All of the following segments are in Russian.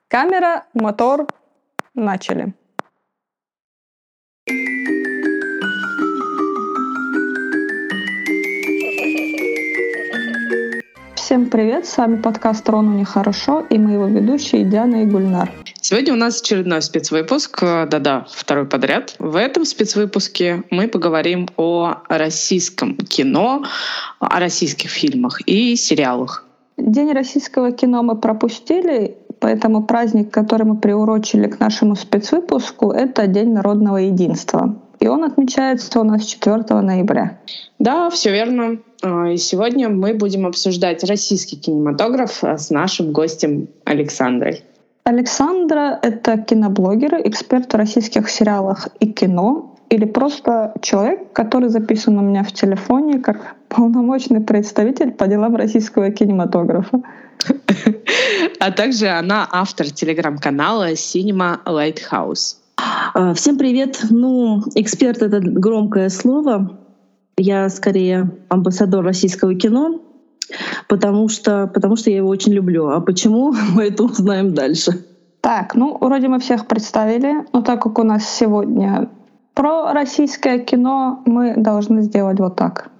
Камера, мотор, начали. Всем привет, с вами подкаст «Рону нехорошо» и мы его ведущие Диана и Гульнар. Сегодня у нас очередной спецвыпуск, да-да, второй подряд. В этом спецвыпуске мы поговорим о российском кино, о российских фильмах и сериалах. День российского кино мы пропустили, поэтому праздник, который мы приурочили к нашему спецвыпуску, это День народного единства. И он отмечается у нас 4 ноября. Да, все верно. И сегодня мы будем обсуждать российский кинематограф с нашим гостем Александрой. Александра — это киноблогер, эксперт в российских сериалах и кино, или просто человек, который записан у меня в телефоне как полномочный представитель по делам российского кинематографа. А также она автор телеграм-канала Cinema Lighthouse. Всем привет. Эксперт — это громкое слово. Я скорее амбассадор российского кино, потому что я его очень люблю. А почему, мы это узнаем дальше. Так, вроде мы всех представили, но так как у нас сегодня про российское кино, мы должны сделать вот так.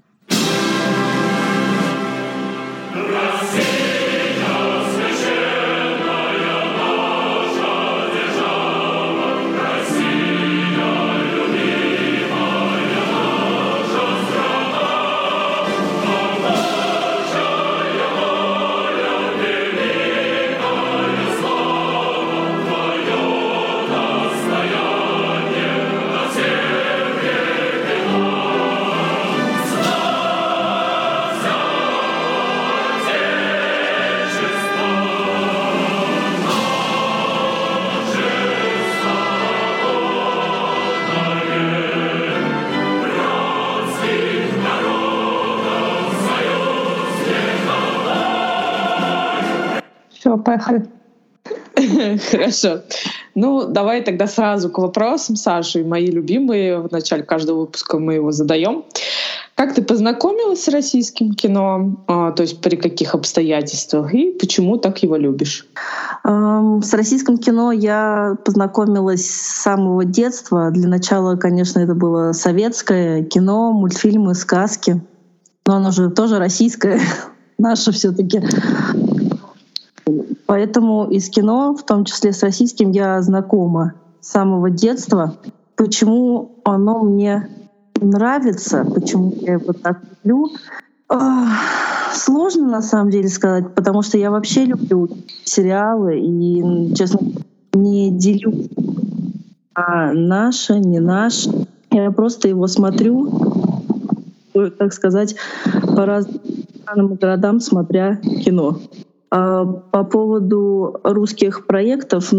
Все, поехали. Хорошо. Давай тогда сразу к вопросам, Саши, мои любимые. В начале каждого выпуска мы его задаем. Как ты познакомилась с российским кино? То есть при каких обстоятельствах? И почему так его любишь? С российским кино я познакомилась с самого детства. Для начала, конечно, это было советское кино, мультфильмы, сказки. Но оно же тоже российское, наше все-таки. Поэтому и с кино, в том числе с российским, я знакома с самого детства. Почему оно мне нравится, почему я его так люблю, сложно на самом деле сказать, потому что я вообще люблю сериалы и, честно, не делю наше, не наше. Я просто его смотрю, так сказать, по разным городам, смотря кино. По поводу русских проектов,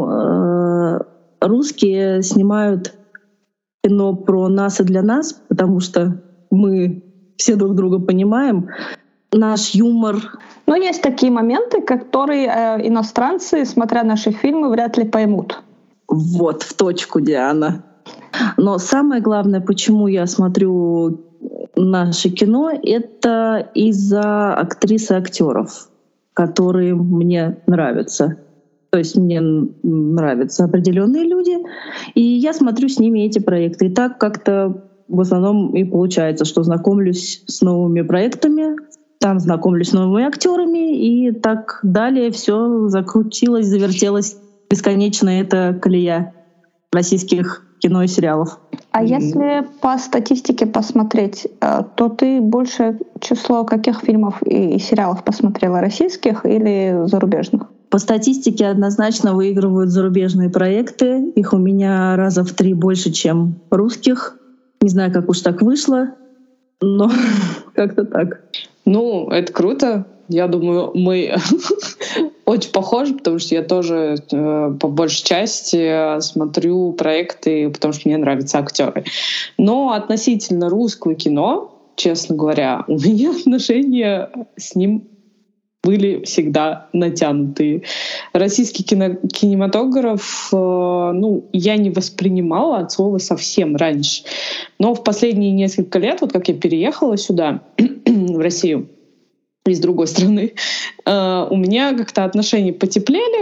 русские снимают кино про нас и для нас, потому что мы все друг друга понимаем. Наш юмор. Но есть такие моменты, которые иностранцы, смотря наши фильмы, вряд ли поймут. Вот, в точку, Диана. Но самое главное, почему я смотрю наше кино, это из-за актрис и актеров, которые мне нравятся. То есть мне нравятся определенные люди, и я смотрю с ними эти проекты. И так как-то в основном и получается, что знакомлюсь с новыми проектами, там знакомлюсь с новыми актерами, и так далее все закрутилось, завертелось бесконечно эта колея российских кино и сериалов. А если по статистике посмотреть, то ты большее число каких фильмов и сериалов посмотрела, российских или зарубежных? По статистике однозначно выигрывают зарубежные проекты. Их у меня раза в 3 больше, чем русских. Не знаю, как уж так вышло, но как-то так. Это круто. Я думаю, мы очень похожи, потому что я тоже по большей части смотрю проекты, потому что мне нравятся актеры. Но относительно русского кино, честно говоря, у меня отношения с ним были всегда натянутые. Российский кинематограф, я не воспринимала от слова совсем раньше. Но в последние несколько лет, вот как я переехала сюда, в Россию, из другой страны, у меня как-то отношения потеплели.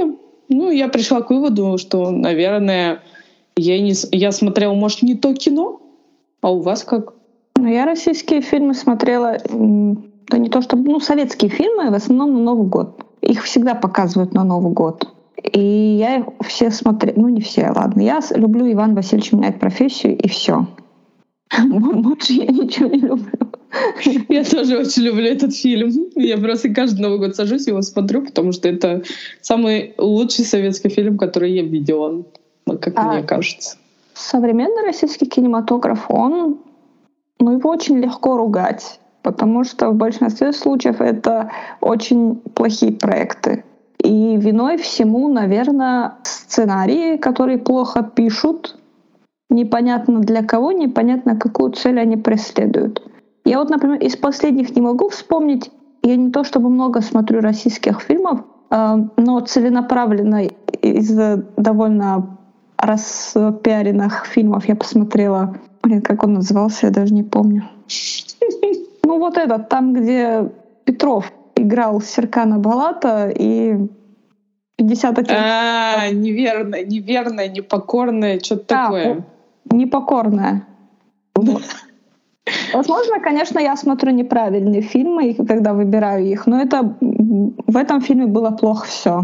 Ну, я пришла к выводу, что, наверное, я смотрела, может, не то кино, а у вас как? Ну, я российские фильмы смотрела, да не то чтобы, советские фильмы в основном на Новый год. Их всегда показывают на Новый год. И я их все смотрела, не все, ладно. Я люблю «Иван Васильевич меняет профессию» и все. Больше я ничего не люблю. Я тоже очень люблю этот фильм. Я просто каждый Новый год сажусь и его смотрю, потому что это самый лучший советский фильм, который я видела, как мне кажется. Современный российский кинематограф, его очень легко ругать, потому что в большинстве случаев это очень плохие проекты. И виной всему, наверное, сценарии, которые плохо пишут, непонятно для кого, непонятно какую цель они преследуют. Я вот, например, из последних не могу вспомнить, я не то чтобы много смотрю российских фильмов, но целенаправленно из довольно распиаренных фильмов я посмотрела, как он назывался, я даже не помню. Вот этот, там, где Петров играл Серкана Балата и 50 оттенков. Неверная, непокорная, что-то такое. Непокорная. Возможно, конечно, я смотрю неправильные фильмы, когда выбираю их, но в этом фильме было плохо все.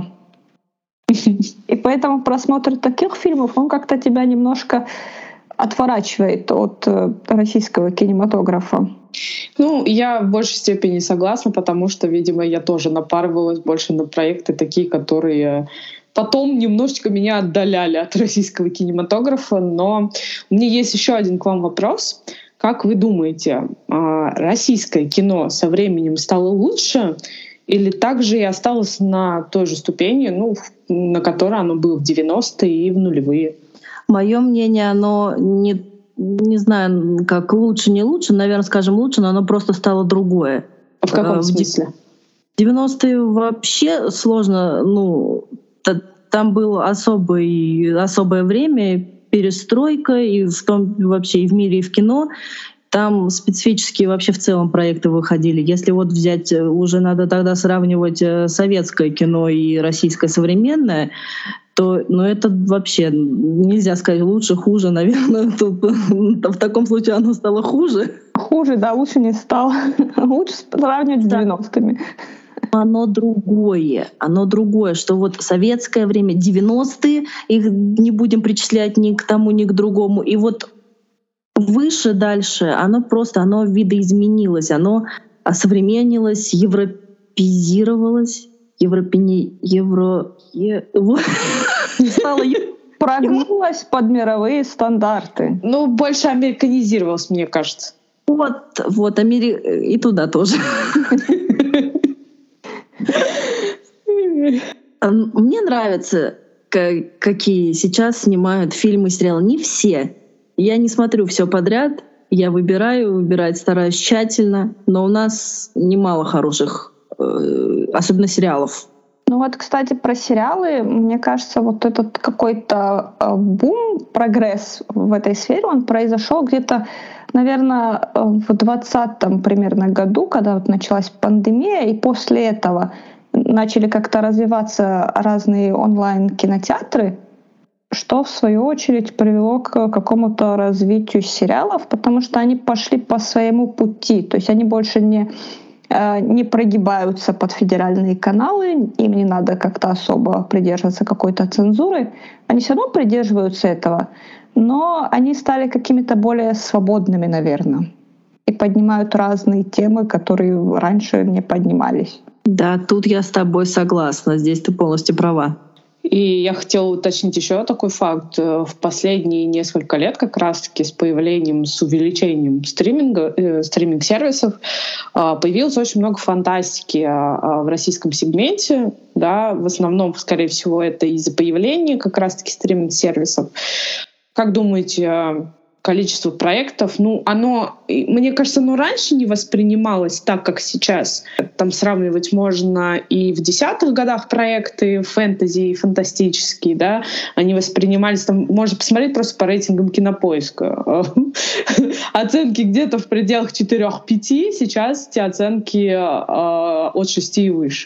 И поэтому просмотр таких фильмов, он как-то тебя немножко отворачивает от российского кинематографа. Я в большей степени согласна, потому что, видимо, я тоже напарывалась больше на проекты такие, которые потом немножечко меня отдаляли от российского кинематографа. Но у меня есть еще один к вам вопрос. Как вы думаете, российское кино со временем стало лучше или также и осталось на той же ступени, на которой оно было в 90-е и в нулевые? Мое мнение, оно не знаю, как лучше, не лучше, наверное, скажем лучше, но оно просто стало другое. А в каком смысле? В 90-е вообще сложно, там было особое время, перестройка, и в том вообще и в мире, и в кино. Там специфические вообще в целом проекты выходили. Если взять, уже надо тогда сравнивать советское кино и российское современное, то это вообще нельзя сказать лучше, хуже, наверное. В таком случае оно стало хуже. Хуже, да, лучше не стало. Лучше сравнивать с 90-ми. Оно другое, что советское время, 90-е, их не будем причислять ни к тому, ни к другому. И выше, дальше, оно видоизменилось, оно осовременилось, европеизировалось, прогнулась под мировые стандарты. Больше американизировалось, мне кажется. И туда тоже. Мне нравится, какие сейчас снимают фильмы, сериалы. Не все. Я не смотрю все подряд. Я выбирать стараюсь тщательно. Но у нас немало хороших, особенно сериалов. Кстати, про сериалы, мне кажется, этот какой-то бум, прогресс в этой сфере, он произошел где-то, наверное, в 2020 примерно году, когда началась пандемия, и после этого начали как-то развиваться разные онлайн-кинотеатры, что в свою очередь привело к какому-то развитию сериалов, потому что они пошли по своему пути, то есть они больше не прогибаются под федеральные каналы, им не надо как-то особо придерживаться какой-то цензуры. Они все равно придерживаются этого, но они стали какими-то более свободными, наверное, и поднимают разные темы, которые раньше не поднимались. Да, тут я с тобой согласна, здесь ты полностью права. И я хотела уточнить еще такой факт. В последние несколько лет как раз-таки с увеличением стриминг-сервисов появилось очень много фантастики в российском сегменте. Да? В основном, скорее всего, это из-за появления как раз-таки стриминг-сервисов. Как думаете, количество проектов, мне кажется, оно раньше не воспринималось так, как сейчас. Там сравнивать можно и в 10-х годах проекты фэнтези и фантастические, да, они воспринимались, там можно посмотреть просто по рейтингам Кинопоиска. Оценки где-то в пределах 4-5, сейчас эти оценки от 6 и выше.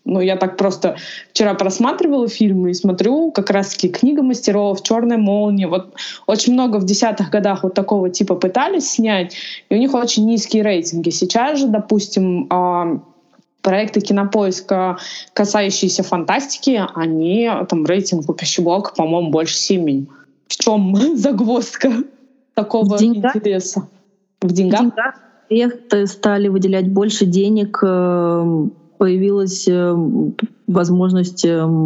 Ну, я так просто вчера просматривала фильмы и смотрю, как раз-таки «Книга мастеров», «Черная молния». Вот очень много в 10-х годах вот такого типа пытались снять, и у них очень низкие рейтинги. Сейчас же, допустим, проекты Кинопоиска, касающиеся фантастики, они там рейтинг у пищеблока, по-моему, больше 7. В чем загвоздка такого интереса? В деньгах? Проекты стали выделять больше денег, появилась возможность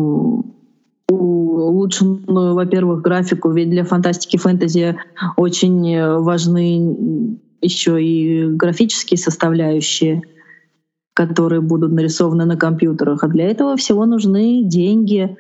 улучшенную, во-первых, графику, ведь для фантастики, фэнтези очень важны еще и графические составляющие, которые будут нарисованы на компьютерах. А для этого всего нужны деньги,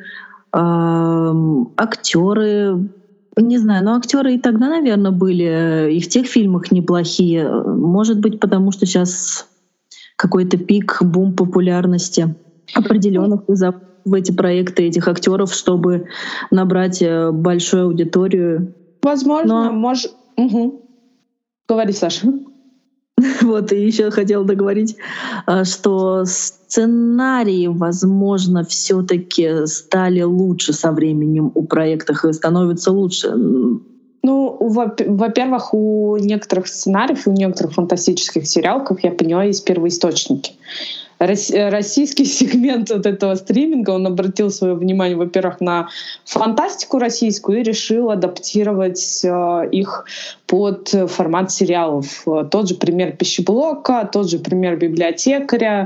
актеры. Не знаю, но актеры и тогда, наверное, были и в тех фильмах неплохие. Может быть, потому что сейчас какой-то пик, бум популярности определенных в эти проекты этих актеров, чтобы набрать большую аудиторию. Возможно, может. Угу. Говори, Саша. Вот, и еще хотела договорить, что сценарии, возможно, все-таки стали лучше со временем у проектов и становятся лучше. Ну, во-первых, у некоторых сценариев, у некоторых фантастических сериалов, я поняла, есть первоисточники. Российский сегмент вот этого стриминга, он обратил свое внимание, во-первых, на фантастику российскую и решил адаптировать их под формат сериалов. Тот же пример «Пищеблока», тот же пример «Библиотекаря».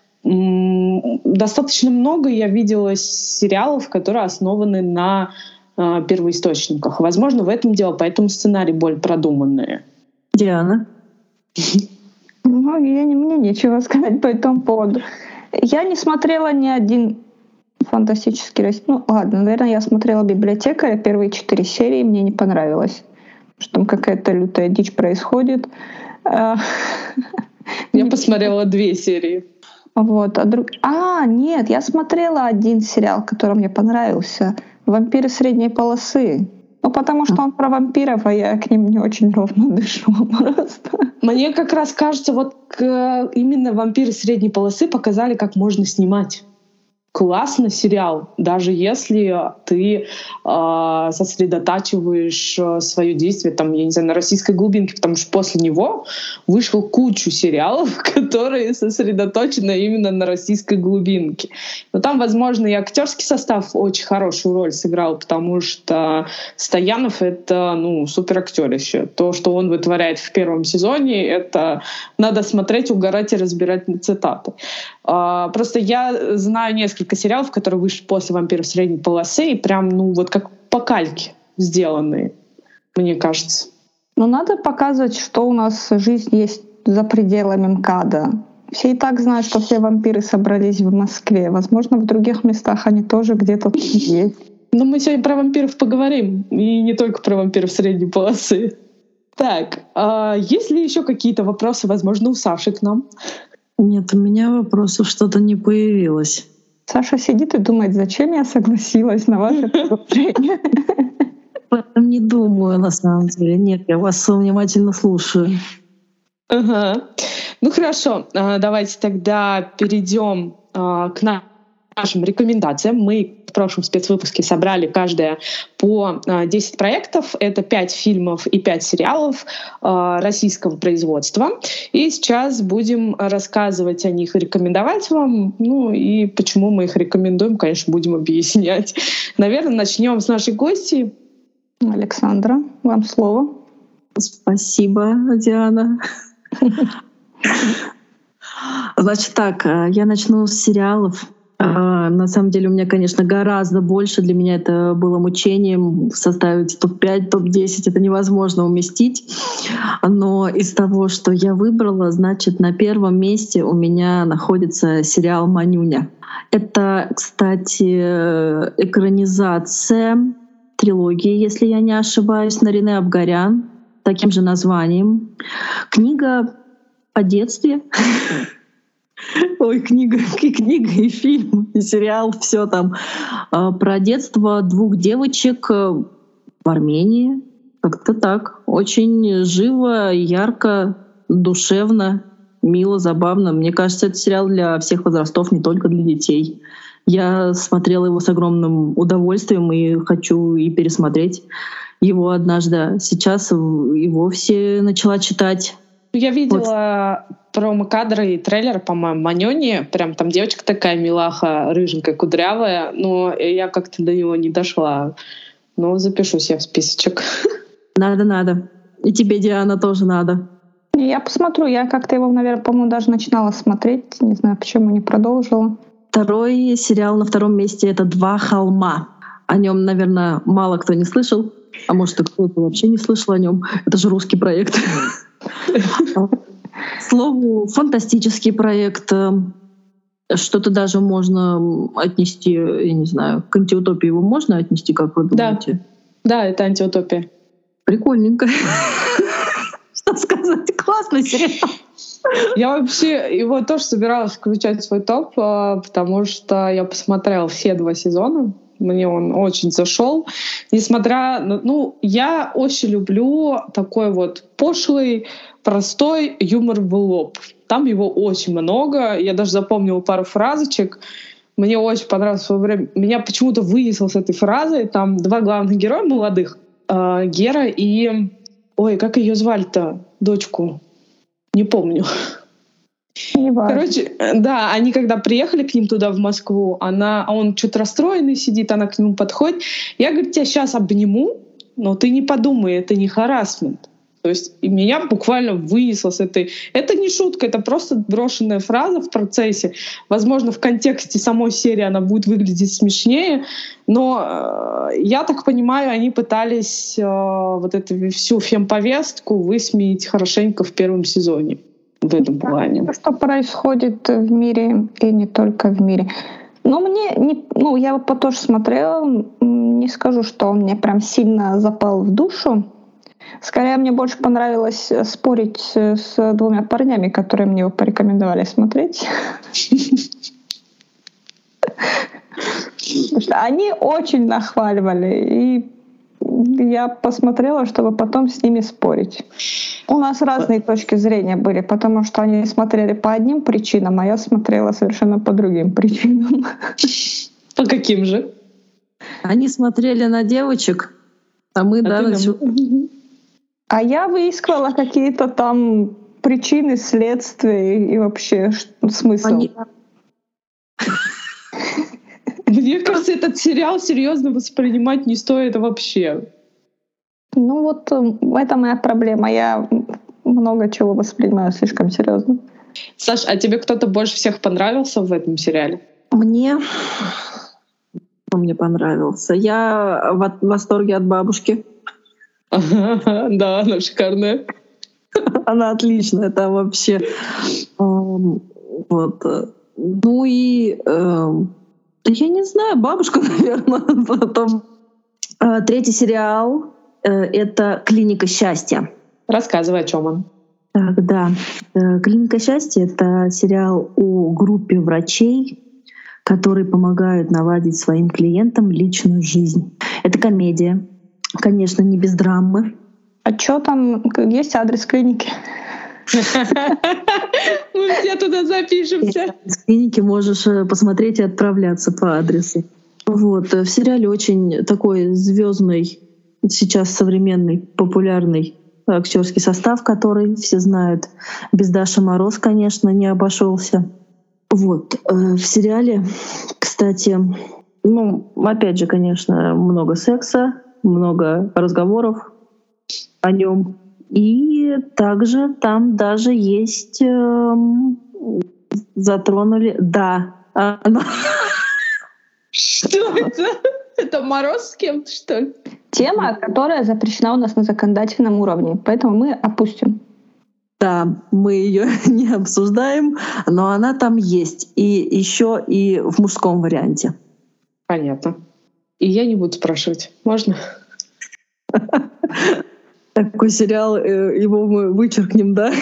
Достаточно много я видела сериалов, которые основаны на первоисточниках. Возможно, в этом дело, поэтому сценарии более продуманные. Диана? Ну, мне нечего сказать по этому поводу. Я не смотрела ни один фантастический... Ну, ладно, наверное, я смотрела «Библиотекаря», первые 4 серии, мне не понравилось. Что там какая-то лютая дичь происходит. Я посмотрела 2 серии. Вот. Нет, я смотрела один сериал, который мне понравился. «Вампиры средней полосы». Ну, потому что он про вампиров, а я к ним не очень ровно дышу просто. Мне как раз кажется, вот именно «Вампиры средней полосы» показали, как можно снимать. Классный сериал, даже если ты сосредотачиваешь свое действие, там, я не знаю, на российской глубинке, потому что после него вышел кучу сериалов, которые сосредоточены именно на российской глубинке. Но там, возможно, и актерский состав очень хорошую роль сыграл, потому что Стоянов — это суперактёрище. То, что он вытворяет в первом сезоне, это надо смотреть, угорать и разбирать на цитаты. Просто я знаю несколько сериалов, которые вышли после «Вампиров средней полосы», и прям, вот как по кальке сделанные, мне кажется. Но надо показывать, что у нас жизнь есть за пределами МКАДа. Все и так знают, что все вампиры собрались в Москве. Возможно, в других местах они тоже где-то есть. Но мы сегодня про вампиров поговорим, и не только про «Вампиров средней полосы». Так, есть ли еще какие-то вопросы, возможно, у Саши к нам? Нет, у меня вопросов что-то не появилось. Саша сидит и думает, зачем я согласилась на ваше предложение. Не думаю, на самом деле. Нет, я вас внимательно слушаю. Ага. Ну хорошо, давайте тогда перейдем к нашим рекомендациям. Мы в прошлом спецвыпуске собрали каждая по 10 проектов. Это 5 фильмов и 5 сериалов российского производства. И сейчас будем рассказывать о них и рекомендовать вам. Ну и почему мы их рекомендуем, конечно, будем объяснять. Наверное, начнем с нашей гости. Александра, вам слово. Спасибо, Диана. Значит так, я начну с сериалов. На самом деле у меня, конечно, гораздо больше. Для меня это было мучением составить топ-5, топ-10. Это невозможно уместить. Но из того, что я выбрала, значит, на первом месте у меня находится сериал «Манюня». Это, кстати, экранизация трилогии, если я не ошибаюсь, Нарине Абгарян, таким же названием. Книга о детстве. Ой, книга и фильм, и сериал, все там. Про детство 2 девочек в Армении. Как-то так. Очень живо, ярко, душевно. мило, забавно. Мне кажется, это сериал для всех возрастов, не только для детей. Я смотрела его с огромным удовольствием и хочу и пересмотреть его однажды. Сейчас и вовсе начала читать. Я видела промо-кадры и трейлер, по-моему, Манёни. Прям там девочка такая милаха, рыженькая, кудрявая. Но я как-то до него не дошла. Но запишу себе в списочек. Надо. И тебе, Диана, тоже надо. Я посмотрю. Я как-то его, наверное, по-моему, даже начинала смотреть. Не знаю, почему не продолжила. Второй сериал на втором месте — это «Два холма». О нем, наверное, мало кто не слышал. А может, и кто-то вообще не слышал о нем. Это же русский проект. К слову, фантастический проект. Что-то даже можно отнести, я не знаю, к антиутопии его можно отнести, как вы думаете? Да, это антиутопия. Прикольненько. Что сказать? Классный сериал. Я вообще его тоже собиралась включать в свой топ, потому что я посмотрела все 2 сезона. Мне он очень зашел. Несмотря на... я очень люблю такой вот пошлый, простой юмор в лоб. Там его очень много. Я даже запомнила пару фразочек. Мне очень понравилось в свое время. Меня почему-то вынесло с этой фразой. Там 2 главных героя молодых. Гера и... Ой, как ее звали-то? Дочку. Не помню. Короче, да, они когда приехали к ним туда, в Москву, он что-то расстроенный сидит, она к нему подходит. Я, говорит, тебя сейчас обниму, но ты не подумай, это не харассмент. То есть и меня буквально вынесло с этой... Это не шутка, это просто брошенная фраза в процессе. Возможно, в контексте самой серии она будет выглядеть смешнее, но я так понимаю, они пытались вот эту всю фемповестку высмеять хорошенько в первом сезоне. В этом плане. Что происходит в мире и не только в мире. Но я его тоже смотрела, не скажу, что он мне прям сильно запал в душу. Скорее, мне больше понравилось спорить с 2 парнями, которые мне его порекомендовали смотреть. Потому что они очень нахваливали, и я посмотрела, чтобы потом с ними спорить. У нас разные точки зрения были, потому что они смотрели по одним причинам, а я смотрела совершенно по другим причинам. По каким же? Они смотрели на девочек, а мы, А я выискивала какие-то там причины, следствия и вообще смысл. Мне кажется, этот сериал серьезно воспринимать не стоит вообще. Это моя проблема. Я много чего воспринимаю слишком серьезно. Саш, а тебе кто-то больше всех понравился в этом сериале? Мне понравился. Я в восторге от бабушки. Да, она шикарная. Она отличная, это вообще. Я не знаю, бабушка, наверное. Потом. 3-й сериал — это «Клиника счастья». Рассказывай, о чем он. Так, да. «Клиника счастья» — это сериал о группе врачей, которые помогают наладить своим клиентам личную жизнь. Это комедия. Конечно, не без драмы. А что там? Есть адрес клиники? Мы все туда запишемся. С клиники можешь посмотреть и отправляться по адресу. В сериале очень такой звездный, сейчас современный, популярный актерский состав, который все знают. Без Даши Мороз, конечно, не обошелся. В сериале, кстати, опять же, конечно, много секса, много разговоров о нем. И также там даже есть затронули... Да. Что это? Это Мороз с кем-то, что ли? Тема, которая запрещена у нас на законодательном уровне, поэтому мы опустим. Да, мы ее не обсуждаем, но она там есть. И еще и в мужском варианте. Понятно. И я не буду спрашивать. Можно? Такой сериал, его мы вычеркнем, да?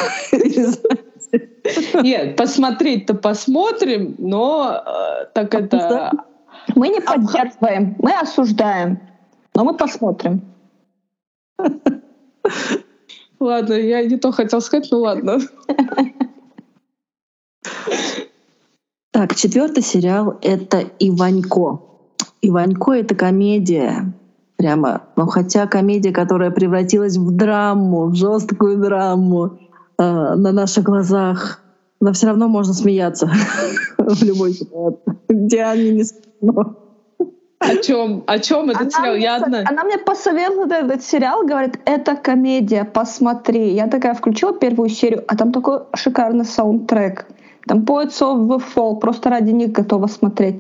Нет, посмотреть-то посмотрим, но так это... Мы не поддерживаем, мы осуждаем, но мы посмотрим. Ладно, я не то хотел сказать, ну ладно. Так, 4-й сериал — это «Иванько». «Иванько» — это комедия. Прямо, ну хотя комедия, которая превратилась в драму, в жесткую драму на наших глазах. Но все равно можно смеяться в любой ситуации. Диане не смешно. О чем этот сериал? Она мне посоветовала этот сериал, говорит, это комедия, посмотри. Я такая включила первую серию, а там такой шикарный саундтрек. Там Poets of the Fall, просто ради них готова смотреть.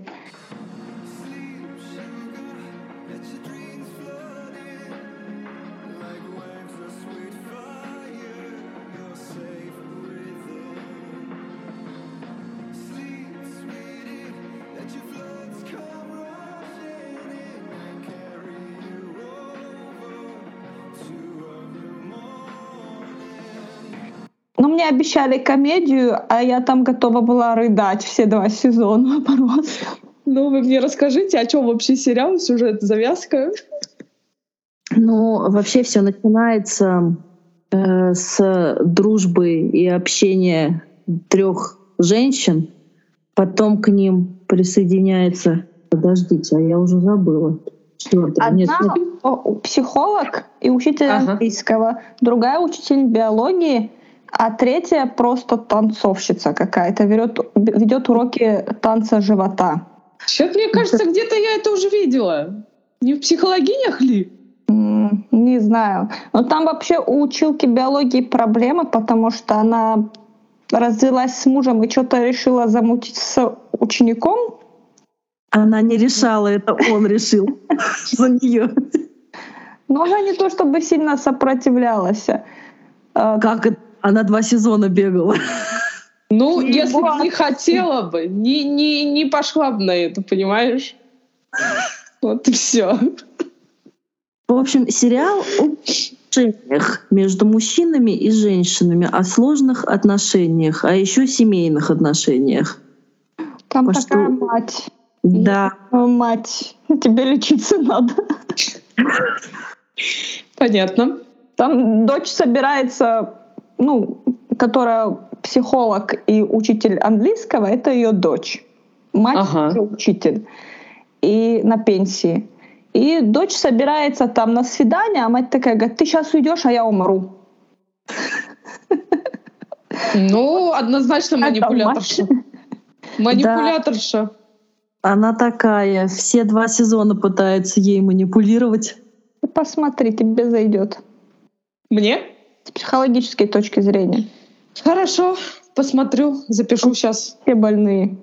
Ну, мне обещали комедию, а я там готова была рыдать все 2 сезона просто. Ну, вы мне расскажите, о чем вообще сериал, сюжет, завязка? Ну, вообще все начинается с дружбы и общения 3 женщин. Потом к ним присоединяется... Подождите, а я уже забыла. Одна психолог и учитель английского, другая учитель биологии, а 3 просто танцовщица какая-то, ведет уроки танца живота. Что-то мне кажется, где-то я это уже видела. Не в «Психологинях» ли? Не знаю. Но там вообще у училки биологии проблемы, потому что она развелась с мужем и что-то решила замутить с учеником. Она не решала, это он решил за нее. Но она не то чтобы сильно сопротивлялась. Как это? Она 2 сезона бегала. Ну, если бы не хотела бы, не пошла бы на это, понимаешь? Вот и все. В общем, сериал о отношениях между мужчинами и женщинами, о сложных отношениях, а еще семейных отношениях. Там такая мать. Да. Мать, тебе лечиться надо. Понятно. Там дочь собирается, которая психолог и учитель английского, это ее дочь. Мать учитель. И на пенсии. И дочь собирается там на свидание, а мать такая говорит, ты сейчас уйдешь, а я умру. Ну, однозначно манипуляторша. Манипуляторша. Да. Она такая, все 2 сезона пытается ей манипулировать. Посмотри, тебе зайдет. Мне? С психологической точки зрения. Хорошо, посмотрю, запишу сейчас. Все больные.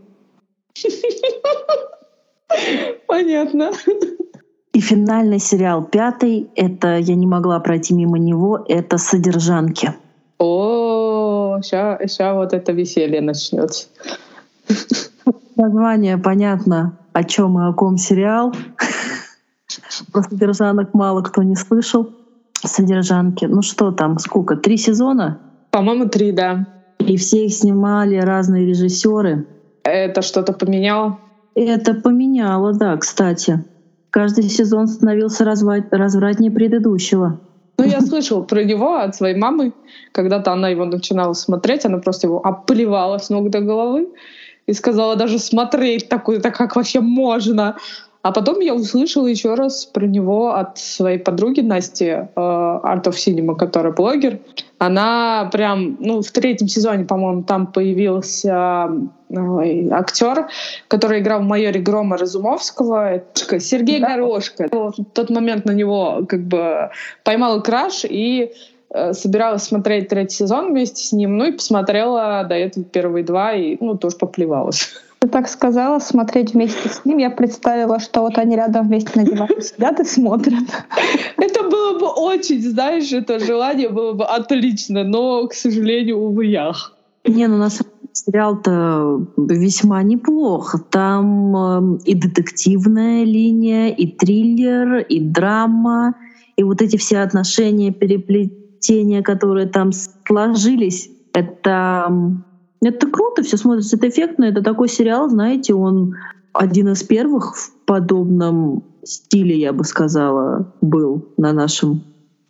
Понятно. И финальный сериал 5-й, это я не могла пройти мимо него, это «Содержанки». О, сейчас вот это веселье начнется. Название понятно, о чем и о ком сериал. Про «Содержанок» мало кто не слышал. «Содержанки». Ну что там, сколько? 3 сезона? По-моему, 3, да. И все их снимали разные режиссеры. Это что-то поменяло? Это поменяло, да, кстати. Каждый сезон становился развратнее предыдущего. Ну, я слышала про него от своей мамы. Когда-то она его начинала смотреть, она просто его обплевала с ног до головы и сказала даже смотреть такое-то, как вообще можно. А потом я услышала еще раз про него от своей подруги Насти, Art of Cinema, которая блогер. Она прям, в 3-м сезоне, по-моему, там появился актер, который играл в «Майоре Грома» Разумовского, это Сергей Горошко. В тот момент на него поймала краш и собиралась смотреть 3-й сезон вместе с ним, и посмотрела до этого первые 2 и тоже поплевалась. Ты так сказала, смотреть вместе с ним. Я представила, что вот они рядом вместе на диване сидят и смотрят. Это было бы очень, знаешь, это желание было бы отлично, но, к сожалению, увы, ях. Не, на самом деле сериал-то весьма неплох. Там и детективная линия, и триллер, и драма, и вот эти все отношения, переплетения, которые там сложились, это круто, все смотрится, это эффектно. Это такой сериал, знаете, он один из первых в подобном стиле, я бы сказала, был на нашем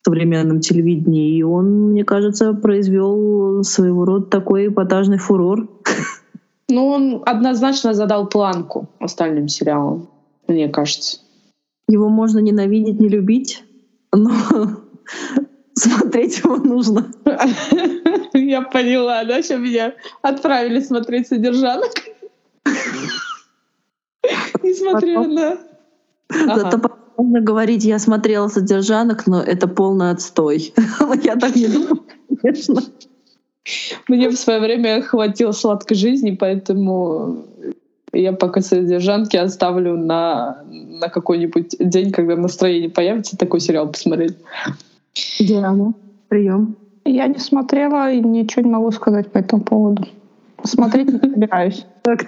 современном телевидении, и он, мне кажется, произвел своего рода такой эпатажный фурор. Ну, он однозначно задал планку остальным сериалам, мне кажется. Его можно ненавидеть, не любить, но смотреть его нужно. Я поняла, да, что меня отправили смотреть «Содержанок». Несмотря на... Зато можно говорить, я смотрела «Содержанок», но это полный отстой. Я так не думаю, конечно. Мне в свое время хватило сладкой жизни, поэтому я пока «Содержанки» оставлю на какой-нибудь день, когда настроение появится, такой сериал посмотреть. Диана, прием. Я не смотрела и ничего не могу сказать по этому поводу. Смотреть не собираюсь. Так.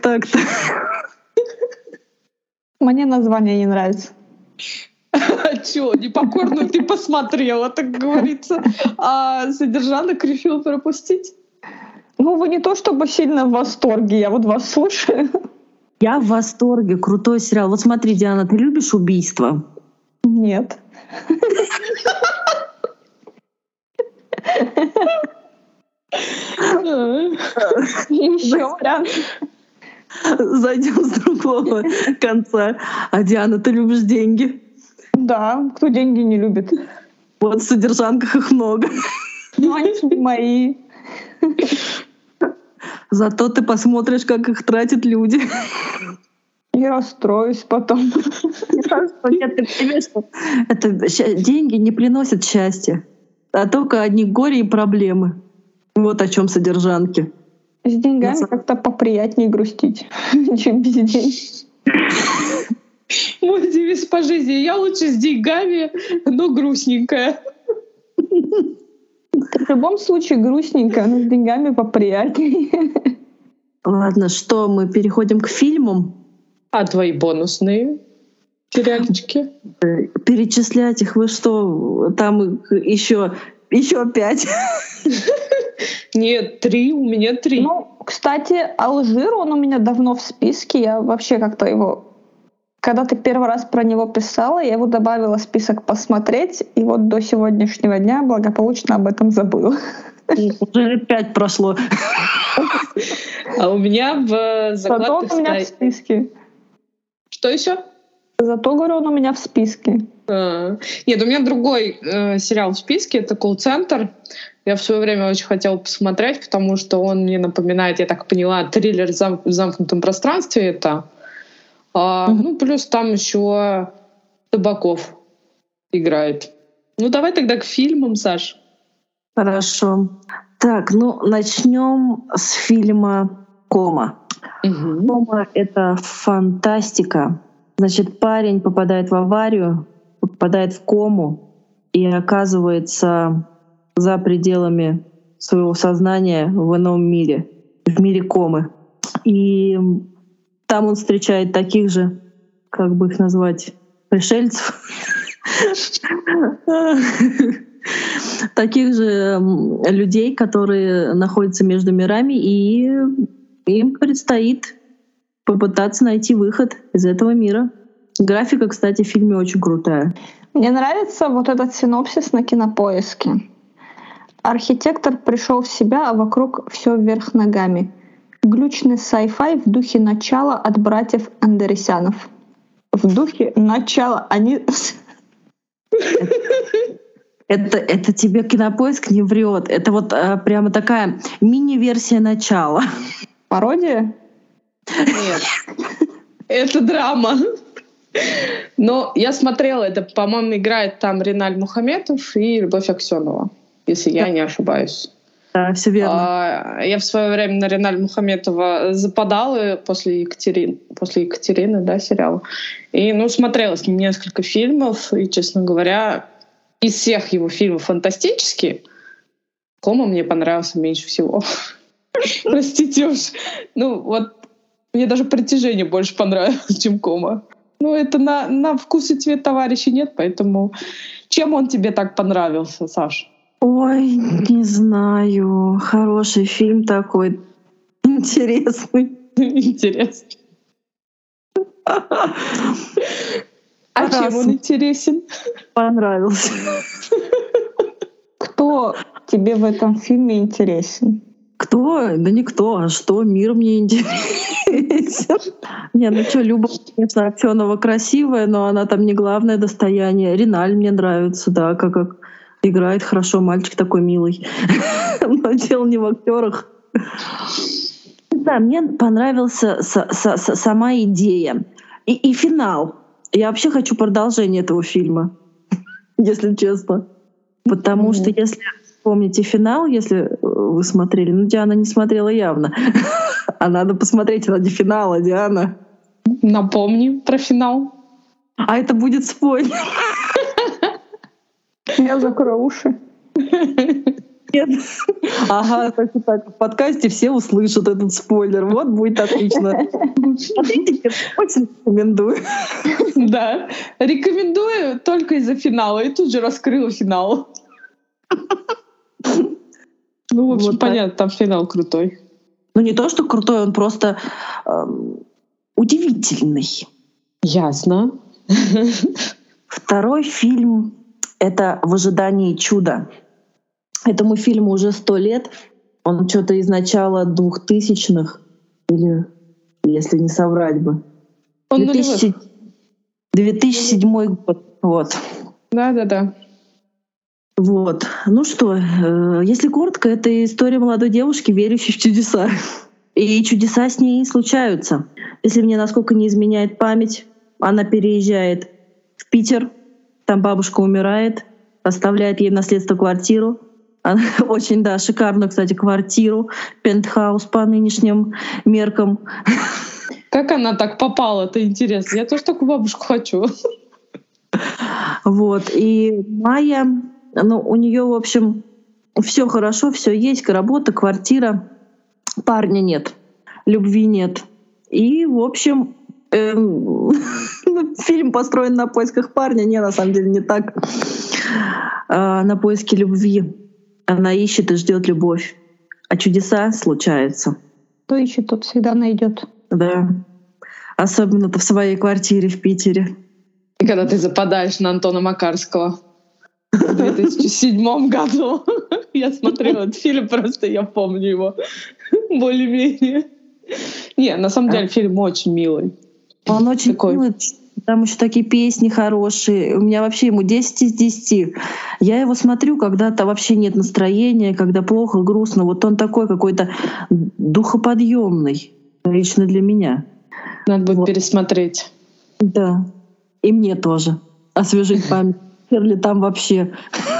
Мне название не нравится. А чё, «Непокорную» ты посмотрела, так говорится, а «Содержанок» решила пропустить? Ну, вы не то чтобы сильно в восторге, я вот вас слушаю. Я в восторге, крутой сериал. Вот смотри, Диана, ты любишь убийства? Нет. Еще вариант. Зайдем с другого конца. А Диана, ты любишь деньги? Да, кто деньги не любит? Вот в «Содержанках» их много. Но они не мои. Зато ты посмотришь, как их тратят люди. И расстроюсь потом. Деньги не приносят счастья, а только одни горе и проблемы. Вот о чем «Содержанки». С деньгами как-то поприятнее грустить, чем без денег. Мой девиз по жизни: я лучше с деньгами, но грустненькая. В любом случае грустненько, но с деньгами поприятнее. Ладно, что, мы переходим к фильмам? А твои бонусные сериальчики? Перечислять их, вы что? Там еще 5. Нет, 3, у меня 3. Ну, кстати, «Алжир», он у меня давно в списке. Я вообще как-то его... Когда ты первый раз про него писала, я его добавила в список посмотреть, и вот до сегодняшнего дня благополучно об этом забыла. Уже 5 прошло. А у меня в закладках... Зато он у меня в списке. Что еще? Зато, говорю, он у меня в списке. Нет, у меня другой сериал в списке, это «Колл-центр». Я в свое время очень хотела посмотреть, потому что он мне напоминает, я так поняла, триллер в замкнутом пространстве это. Ну, плюс там еще Табаков играет. Ну, давай тогда к фильмам, Саш. Хорошо. Так, ну, начнем с фильма «Кома». «Кома» — это фантастика. Значит, парень попадает в аварию, попадает в кому и оказывается за пределами своего сознания в ином мире, в мире комы. И там он встречает таких же, как бы их назвать, пришельцев, таких же людей, которые находятся между мирами, и им предстоит попытаться найти выход из этого мира. Графика, кстати, в фильме очень крутая. Мне нравится вот этот синопсис на Кинопоиске. Архитектор пришел в себя, а вокруг все вверх ногами. Глючный sci-fi в духе начала от братьев Андересянов. В духе начала они... Это тебе Кинопоиск не врет. Это вот прямо такая мини-версия начала. Пародия? Нет. Это драма. Но я смотрела, это, по-моему, играет там Риналь Мухаметов и Любовь Аксенова, если я не ошибаюсь. Да, все верно. Я в свое время на Риналь Мухаметова западала после Екатерины, да, сериала. И, смотрела с ним несколько фильмов, и, честно говоря, из всех его фильмов фантастические, «Кома» мне понравился меньше всего. Простите уж. Мне даже «Притяжение» больше понравилось, чем «Кома». Это на вкус и цвет товарищей нет, поэтому чем он тебе так понравился, Саш? Ой, не знаю. Хороший фильм такой. Интересный. Интересный. А чем он интересен? Понравился. кто тебе в этом фильме интересен? Кто? Да никто. А что? Мир мне интересен. Не, ну что, Люба, конечно, Аксенова красивая, но она там не главное достояние. Риналь мне нравится, да, как играет хорошо, мальчик такой милый. Но дело не в актерах. Да, мне понравился сама идея. И финал. Я вообще хочу продолжение этого фильма, если честно. Потому что если помните финал, если вы смотрели, ну, Диана не смотрела явно. А надо посмотреть ради финала, Диана. Напомни про финал. А это будет спойлер. Я закрою уши. Нет. Ага, так, в подкасте все услышат этот спойлер. Вот будет отлично. Смотрите, очень рекомендую. Да, рекомендую только из-за финала. И тут же раскрыла финал. Ну, в общем, вот понятно, там финал крутой. Ну, не то, что крутой, он просто удивительный. Ясно. Второй фильм — это «В ожидании чуда». Этому фильму уже 100 лет. Он что-то из начала 2000-х, или, если не соврать бы. Он 2007 год. Вот. Да. Вот. Ну что, если коротко, это история молодой девушки, верящей в чудеса. И чудеса с ней случаются. Если мне насколько не изменяет память, она переезжает в Питер, там бабушка умирает, оставляет ей в наследство квартиру. Она очень, да, шикарную, кстати, квартиру, пентхаус по нынешним меркам. Как она так попала-то, интересно? Я тоже такую бабушку хочу. Вот. И Майя, ну, у нее, в общем, все хорошо, все есть, работа, квартира, парня нет, любви нет. И, в общем, фильм построен на поисках парня. Не, на самом деле, не так. На поиске любви. Она ищет и ждет любовь. А чудеса случаются. Кто ищет, тот всегда найдет. Да. Особенно-то в своей квартире в Питере. И когда ты западаешь на Антона Макарского в 2007 году. Я смотрела этот фильм, просто я помню его более-менее. Не, на самом деле фильм очень милый. Он очень милый. Там еще такие песни хорошие. У меня вообще ему 10 из 10. Я его смотрю, когда-то вообще нет настроения, когда плохо, грустно. Вот он такой какой-то духоподъемный лично для меня. Надо будет пересмотреть. Да. И мне тоже. Освежить память. Ли там вообще.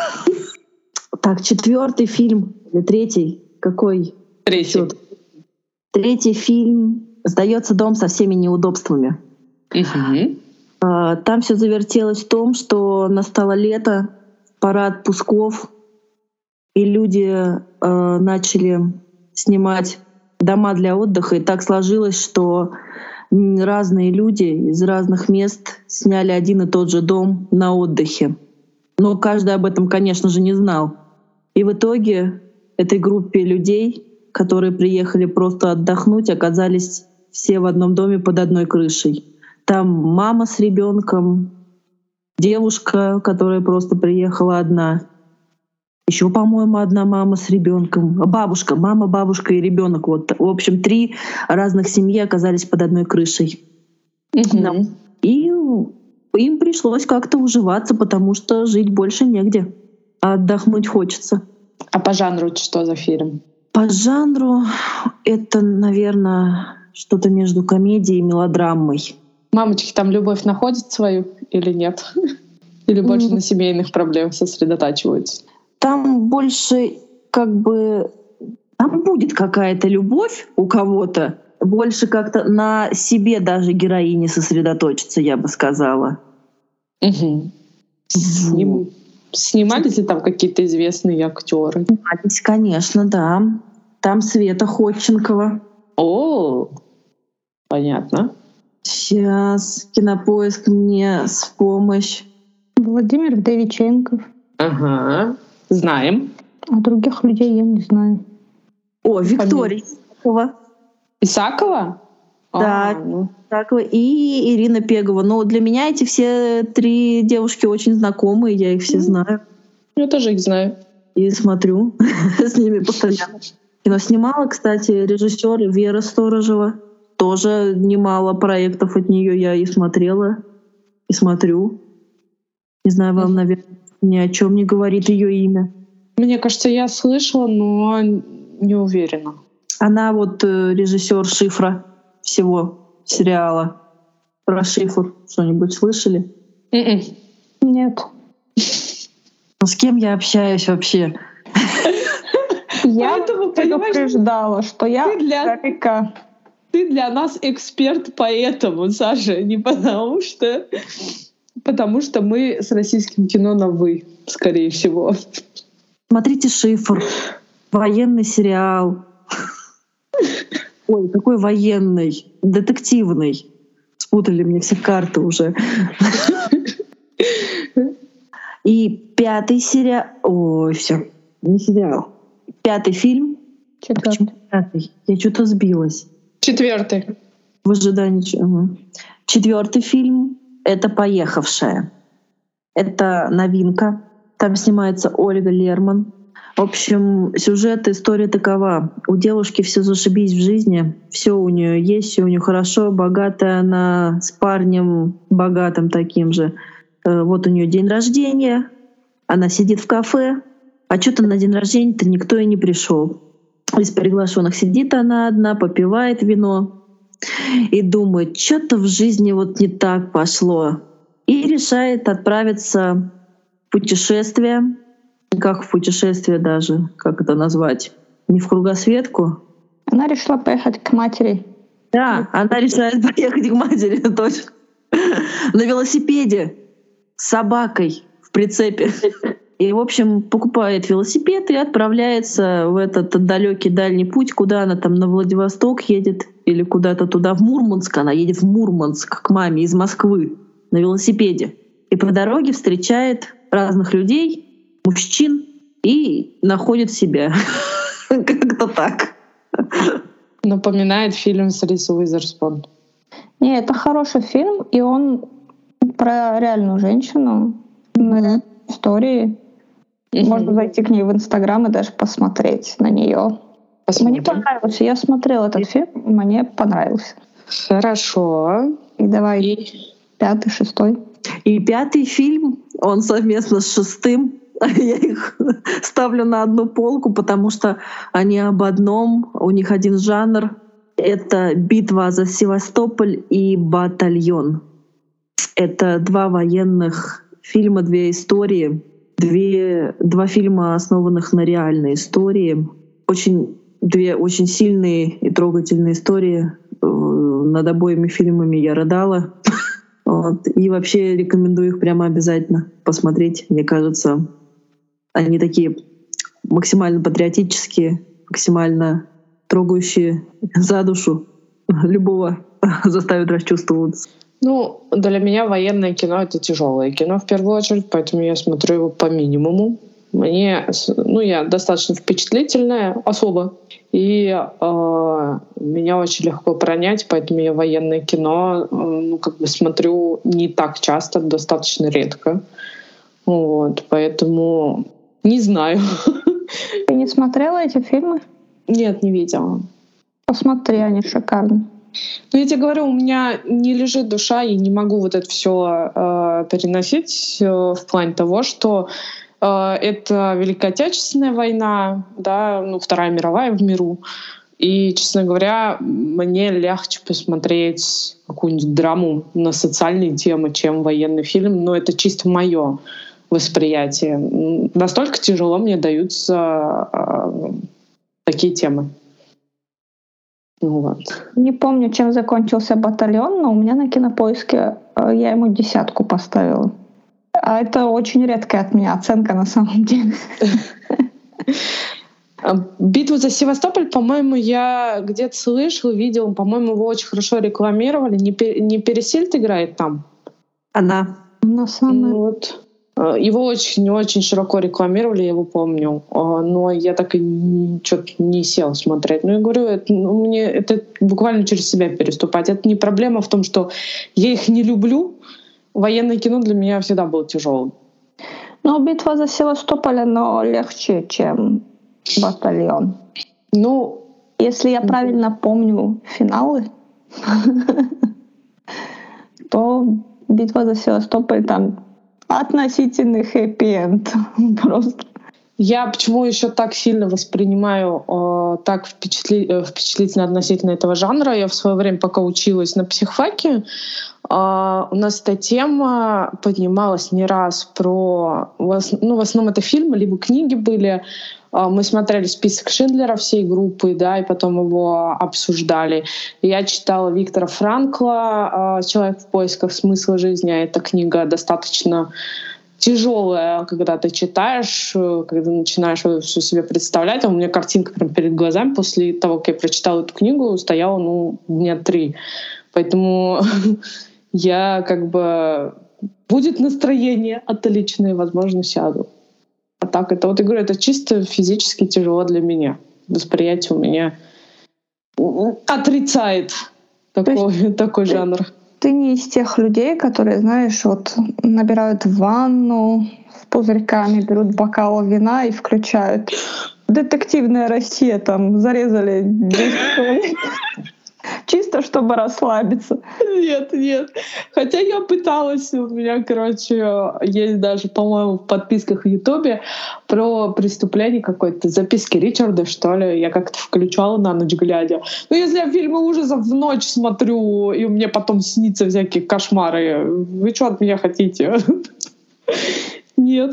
Так, 4-й фильм. Или 3-й? Какой? 3-й. 3-й фильм. «Сдается дом со всеми неудобствами». Угу. Там все завертелось в том, что настало лето, пора отпусков, и люди начали снимать дома для отдыха. И так сложилось, что разные люди из разных мест сняли один и тот же дом на отдыхе. Но каждый об этом, конечно же, не знал. И в итоге этой группе людей, которые приехали просто отдохнуть, оказались все в одном доме под одной крышей. Там мама с ребенком, девушка, которая просто приехала одна. Еще, по-моему, одна мама с ребенком. Бабушка, мама, бабушка и ребенок. Вот, в общем, 3 разных семьи оказались под одной крышей. Угу. И им пришлось как-то уживаться, потому что жить больше негде. А отдохнуть хочется. А по жанру что за фильм? По жанру это, наверное, что-то между комедией и мелодрамой. Мамочки там любовь находят свою или нет? Или больше на семейных проблемах сосредотачиваются? Там больше там будет какая-то любовь у кого-то, больше как-то на себе даже героини сосредоточиться, я бы сказала. Угу. Снимались ли там какие-то известные актеры? Снимались, конечно, да. Там Света Ходченкова. О, понятно. Сейчас Кинопоиск мне в помощь. Владимир Вдовиченков. Ага, знаем. А других людей я не знаю. О, Виктория Исакова. Исакова? Да, Исакова и Ирина Пегова. Но для меня эти все 3 девушки очень знакомые, я их все знаю. Я тоже их знаю. и смотрю с ними постоянно. Кино снимала, кстати, режиссер Вера Сторожева. Тоже немало проектов от нее я и смотрела, и смотрю. Не знаю, вам, наверное, ни о чем не говорит ее имя. Мне кажется, я слышала, но не уверена. Она вот режиссер «Шифра» всего сериала. Про шифр что-нибудь слышали? Нет. Ну, с кем я общаюсь вообще? Я предупреждала, что я далека. Ты для нас эксперт поэтому, Саша, не потому что мы с российским кино на «вы», скорее всего. Смотрите «Шифр», военный сериал. Ой, какой военный, детективный. Спутали мне все карты уже. И 5-й сериал... Ой, все, не сериал. 5-й фильм. 4-й. 5-й? Я что-то сбилась. 4-й. В ожидании... 4-й фильм — это «Поехавшая». Это новинка. Там снимается Ольга Лерман. В общем, сюжет, история такова. У девушки все зашибись в жизни, все у нее есть, все у нее хорошо, богатая она, с парнем богатым таким же. Вот у нее день рождения, она сидит в кафе, а что-то на день рождения-то никто и не пришел. Из приглашенных сидит она одна, попивает вино и думает, что-то в жизни вот не так пошло. И решает отправиться в путешествие. Как в путешествие даже, как это назвать? Не в кругосветку? Она решила поехать к матери. Да, она решает поехать к матери, точно. На велосипеде с собакой в прицепе. И, в общем, покупает велосипед и отправляется в этот далекий дальний путь, куда она там на Владивосток едет или куда-то туда, в Мурманск. Она едет в Мурманск к маме из Москвы на велосипеде. И по дороге встречает разных людей, мужчин, и находит себя. Как-то так. Напоминает фильм с Риз Уизерспун. Не, это хороший фильм, и он про реальную женщину, на истории. Можно зайти к ней в Инстаграм и даже посмотреть на нее. Мне понравился. Я смотрела этот фильм, мне понравился. Хорошо. И давай 5-й, 6-й. И 5-й фильм, он совместно с 6-м. Я их ставлю на одну полку, потому что они об одном, у них один жанр. Это «Битва за Севастополь» и «Батальон». Это 2 военных фильма, 2 истории. 2 фильма, основанных на реальной истории. 2 очень сильные и трогательные истории. Над обоими фильмами я рыдала. Вот. И вообще рекомендую их прямо обязательно посмотреть. Мне кажется, они такие максимально патриотические, максимально трогающие за душу. Любого заставят расчувствоваться. Ну, для меня военное кино — это тяжелое кино в первую очередь, поэтому я смотрю его по минимуму. Я достаточно впечатлительная особа, и меня очень легко пронять, поэтому я военное кино смотрю не так часто, достаточно редко. Вот, поэтому не знаю. Ты не смотрела эти фильмы? Нет, не видела. Посмотри, они шикарны. Ну, я тебе говорю, у меня не лежит душа, и не могу вот это все переносить в плане того, что это Великая Отечественная война, да, Вторая мировая в миру. И, честно говоря, мне легче посмотреть какую-нибудь драму на социальные темы, чем военный фильм. Но это чисто мое восприятие. Настолько тяжело мне даются такие темы. Вот. Не помню, чем закончился «Батальон», но у меня на Кинопоиске я ему 10 поставила. А это очень редкая от меня оценка на самом деле. «Битву за Севастополь», по-моему, я где-то слышала, видела, по-моему, его очень хорошо рекламировали. Не Пересильд играет там? Она. Вот. Его очень широко рекламировали, я его помню. Но я так и что-то не села смотреть. Ну, я говорю, мне это буквально через себя переступать. Это не проблема в том, что я их не люблю. Военное кино для меня всегда было тяжелым. Ну, битва за Севастополь, но легче, чем батальон. Ну, если я правильно помню финалы, то битва за Севастополь там относительный хэппи-энд. Просто. Я почему еще так сильно воспринимаю так впечатлительно относительно этого жанра? Я в свое время, пока училась на психфаке, у нас эта тема поднималась не раз про... в основном это фильмы, либо книги были. Мы смотрели список Шиндлера всей группы, да, и потом его обсуждали. Я читала Виктора Франкла «Человек в поисках смысла жизни». Эта книга достаточно тяжелая, когда ты читаешь, когда начинаешь все себе представлять. У меня картинка прям перед глазами после того, как я прочитала эту книгу, стояла, дня 3. Поэтому я будет настроение отличное, возможно, сяду. А так, это я говорю, это чисто физически тяжело для меня. Восприятие у меня отрицает такой жанр. Ты не из тех людей, которые, знаешь, набирают ванну с пузырьками, берут бокал вина и включают «Детективная Россия», там зарезали 10 человек. Чисто, чтобы расслабиться. Нет. Хотя я пыталась. У меня, есть даже, по-моему, в подписках в Ютубе про преступление какое-то. Записки Ричарда, что ли. Я как-то включала на ночь глядя. Если я фильмы ужасов в ночь смотрю, и мне потом снится всякие кошмары, вы что от меня хотите? Нет.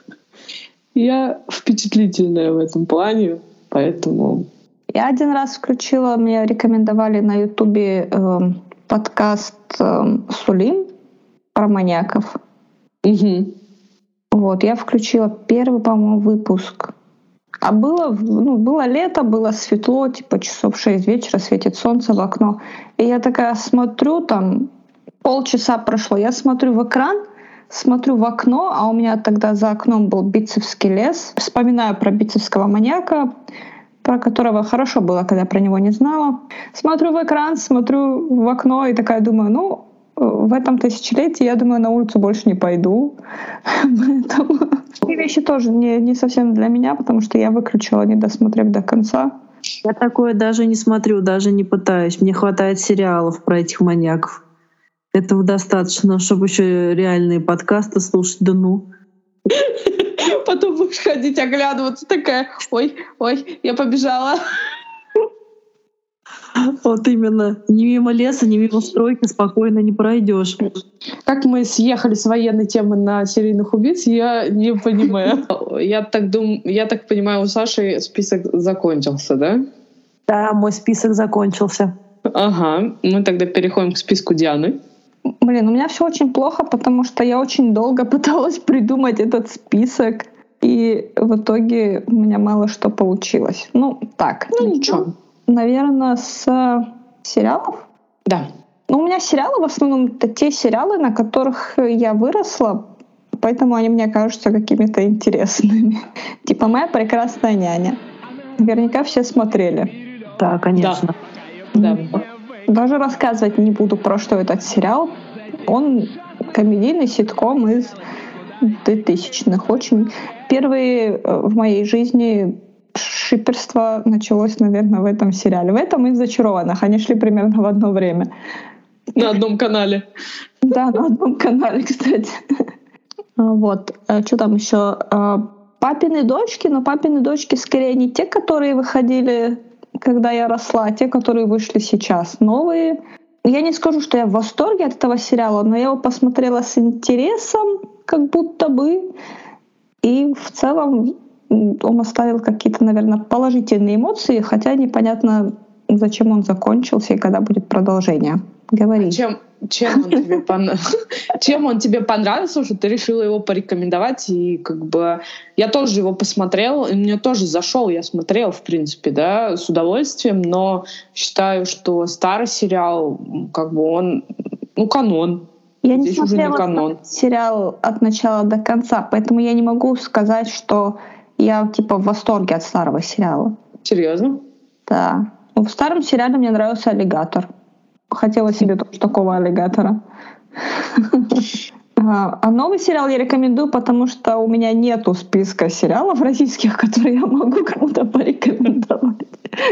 Я впечатлительная в этом плане, поэтому... Я один раз включила, мне рекомендовали на Ютубе подкаст Сулим про маньяков. Угу. Я включила первый, по-моему, выпуск. А было лето, было светло, часов 6 вечера, светит солнце в окно. И я такая смотрю, там полчаса прошло, я смотрю в экран, смотрю в окно, а у меня тогда за окном был Битцевский лес. Вспоминаю про битцевского маньяка, про которого хорошо было, когда про него не знала. Смотрю в экран, смотрю в окно и такая думаю, в этом тысячелетии, я думаю, на улицу больше не пойду. Поэтому такие вещи тоже не совсем для меня, потому что я выключила, не досмотрев до конца. Я такое даже не смотрю, даже не пытаюсь. Мне хватает сериалов про этих маньяков. Этого достаточно, чтобы еще реальные подкасты слушать, Потом будешь ходить, оглядываться, такая, ой, я побежала. Вот именно. Ни мимо леса, ни мимо стройки спокойно не пройдешь. Как мы съехали с военной темы на серийных убийц, я не понимаю. Я так понимаю, у Саши список закончился, да? Да, мой список закончился. Ага, мы тогда переходим к списку Дианы. У меня все очень плохо, потому что я очень долго пыталась придумать этот список, и в итоге у меня мало что получилось. Ничего. Наверное, с сериалов? Да. У меня сериалы в основном это те сериалы, на которых я выросла, поэтому они мне кажутся какими-то интересными. Типа «Моя прекрасная няня». Наверняка все смотрели. Да, конечно. Да. Даже рассказывать не буду, про что этот сериал. Он комедийный ситком из 2000-х. Очень первые в моей жизни шиперство началось, наверное, в этом сериале. В этом и в «Зачарованных». Они шли примерно в одно время. На одном канале. Да, на одном канале, кстати. Что там еще? Папины дочки, но папины дочки скорее не те, которые выходили, когда я росла, а те, которые вышли сейчас. Новые. Я не скажу, что я в восторге от этого сериала, но я его посмотрела с интересом, как будто бы. И в целом он оставил какие-то, наверное, положительные эмоции, хотя непонятно, зачем он закончился и когда будет продолжение. Говори. Чем он тебе понравился, что ты решила его порекомендовать? И я тоже его посмотрела, и мне тоже зашел, я смотрела, в принципе, да, с удовольствием, но считаю, что старый сериал, он, канон. Я не смотрела сериал от начала до конца, поэтому я не могу сказать, что я в восторге от старого сериала. Серьезно? Да. В старом сериале мне нравился «Аллигатор». Хотела себе тоже такого аллигатора. А новый сериал я рекомендую, потому что у меня нету списка сериалов российских, которые я могу кому-то порекомендовать.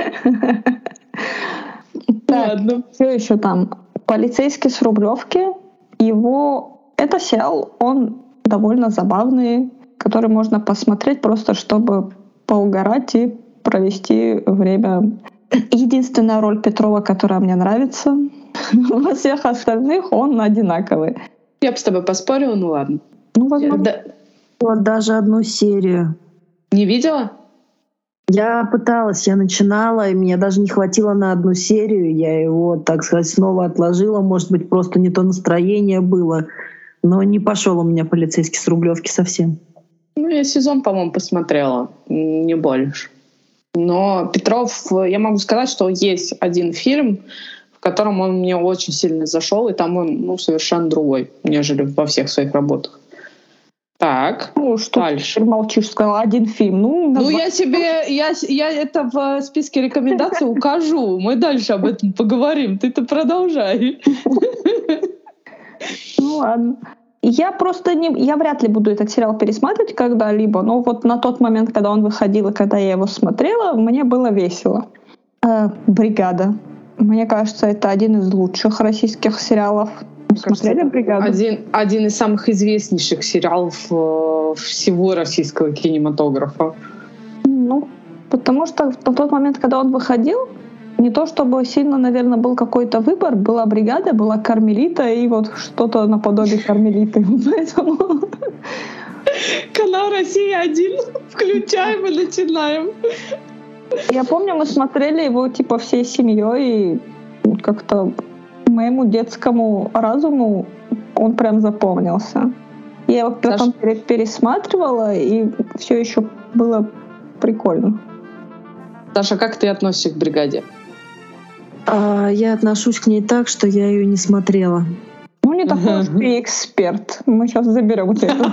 Ладно. Все еще там «Полицейский с Рублевки». Это сериал, он довольно забавный, который можно посмотреть просто, чтобы поугарать и провести время. Единственная роль Петрова, которая мне нравится, во всех остальных он одинаковый. Я бы с тобой поспорила, ну ладно. Ну, возможно. Вот даже одну серию. Не видела? Я пыталась, я начинала, и мне даже не хватило на одну серию. Я его, так сказать, снова отложила. Может быть, просто не то настроение было. Но не пошел у меня «Полицейский с Рублевки» совсем. Ну, я сезон, по-моему, посмотрела. Не больше. Но Петров, я могу сказать, что есть один фильм, в котором он мне очень сильно зашел, и там он совершенно другой, нежели во всех своих работах. Так, что дальше. Ты молчишь, сказала один фильм. Я это в списке рекомендаций укажу. Мы дальше об этом поговорим. Ты-то продолжай. Ну ладно. Я вряд ли буду этот сериал пересматривать когда-либо, но вот на тот момент, когда он выходил и когда я его смотрела, мне было весело. «Бригада». Мне кажется, это один из лучших российских сериалов. Смотрели «Бригаду»? Один из самых известнейших сериалов всего российского кинематографа. Ну, потому что на тот момент, когда он выходил, не то чтобы сильно, наверное, был какой-то выбор. Была «Бригада», была «Кармелита» и вот что-то наподобие «Кармелиты». Поэтому... Канал «Россия-1». Включаем и начинаем. Я помню, мы смотрели его типа всей семьей, и как-то моему детскому разуму он прям запомнился. Я его потом пересматривала, и все еще было прикольно. Саша, как ты относишься к «Бригаде»? Я отношусь к ней так, что я ее не смотрела. Ну, не такой уж ты эксперт. Мы сейчас заберем вот это.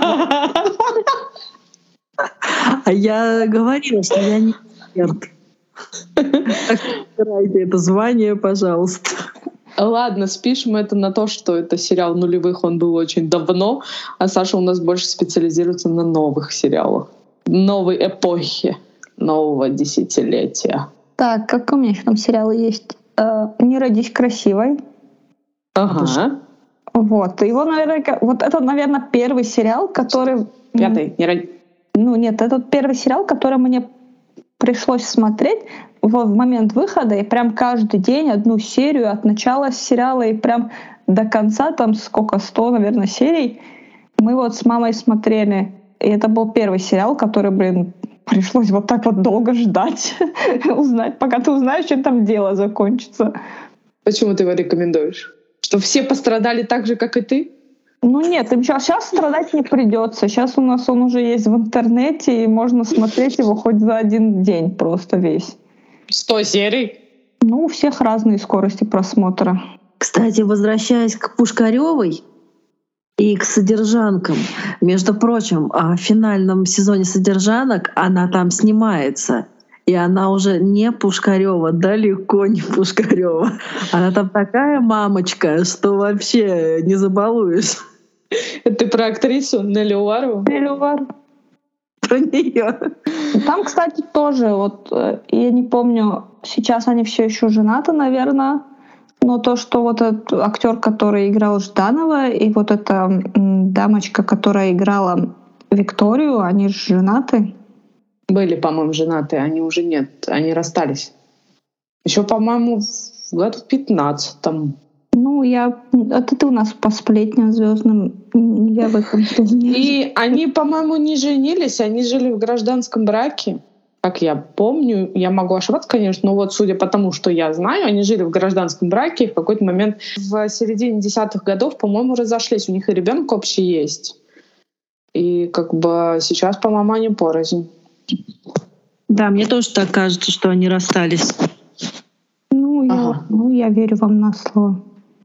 А я говорила, что я не эксперт. Убирайте это звание, пожалуйста. Ладно, спишем это на то, что это сериал нулевых, он был очень давно, а Саша у нас больше специализируется на новых сериалах. Новой эпохи, нового десятилетия. Так, как у меня еще там сериалы есть? «Не родись красивой». Ага. Вот. Его, наверное, вот это, наверное, первый сериал, который... Пятый. Не родись. Ну нет, это первый сериал, который мне пришлось смотреть в момент выхода, и прям каждый день одну серию от начала сериала и прям до конца, там сколько, 100, наверное, серий, мы вот с мамой смотрели. И это был первый сериал, который, пришлось вот так вот долго ждать, узнать, пока ты узнаешь, чем там дело закончится. Почему ты его рекомендуешь? Что все пострадали так же, как и ты? Ну нет, им сейчас страдать не придется. Сейчас у нас он уже есть в интернете, и можно смотреть его хоть за один день просто весь. 100 серий? Ну, у всех разные скорости просмотра. Кстати, возвращаясь к Пушкарёвой и к «Содержанкам», между прочим, в финальном сезоне «Содержанок» она там снимается. И она уже не Пушкарёва, далеко не Пушкарёва. Она там такая мамочка, что вообще не забалуешь. Это ты про актрису Нелли Уварову? Нелли Уварову. Про неё. Там, кстати, тоже, вот я не помню, сейчас они все еще женаты, наверное, но то, что вот этот актер, который играл Жданова, и вот эта дамочка, которая играла Викторию, они же женаты. Были, по-моему, женаты, они уже нет, они расстались. Еще, по-моему, в году 15-м. Ну, это ты у нас по сплетням звездным, я в этом тоже не... И они, по-моему, не женились, они жили в гражданском браке. Как я помню, я могу ошибаться, конечно, но вот судя по тому, что я знаю, они жили в гражданском браке, и в какой-то момент в середине 10-х годов, по-моему, разошлись. У них и ребенок общий есть. И как бы сейчас, по-моему, они порознь. Да, мне тоже так кажется, что они расстались. Я верю вам на слово.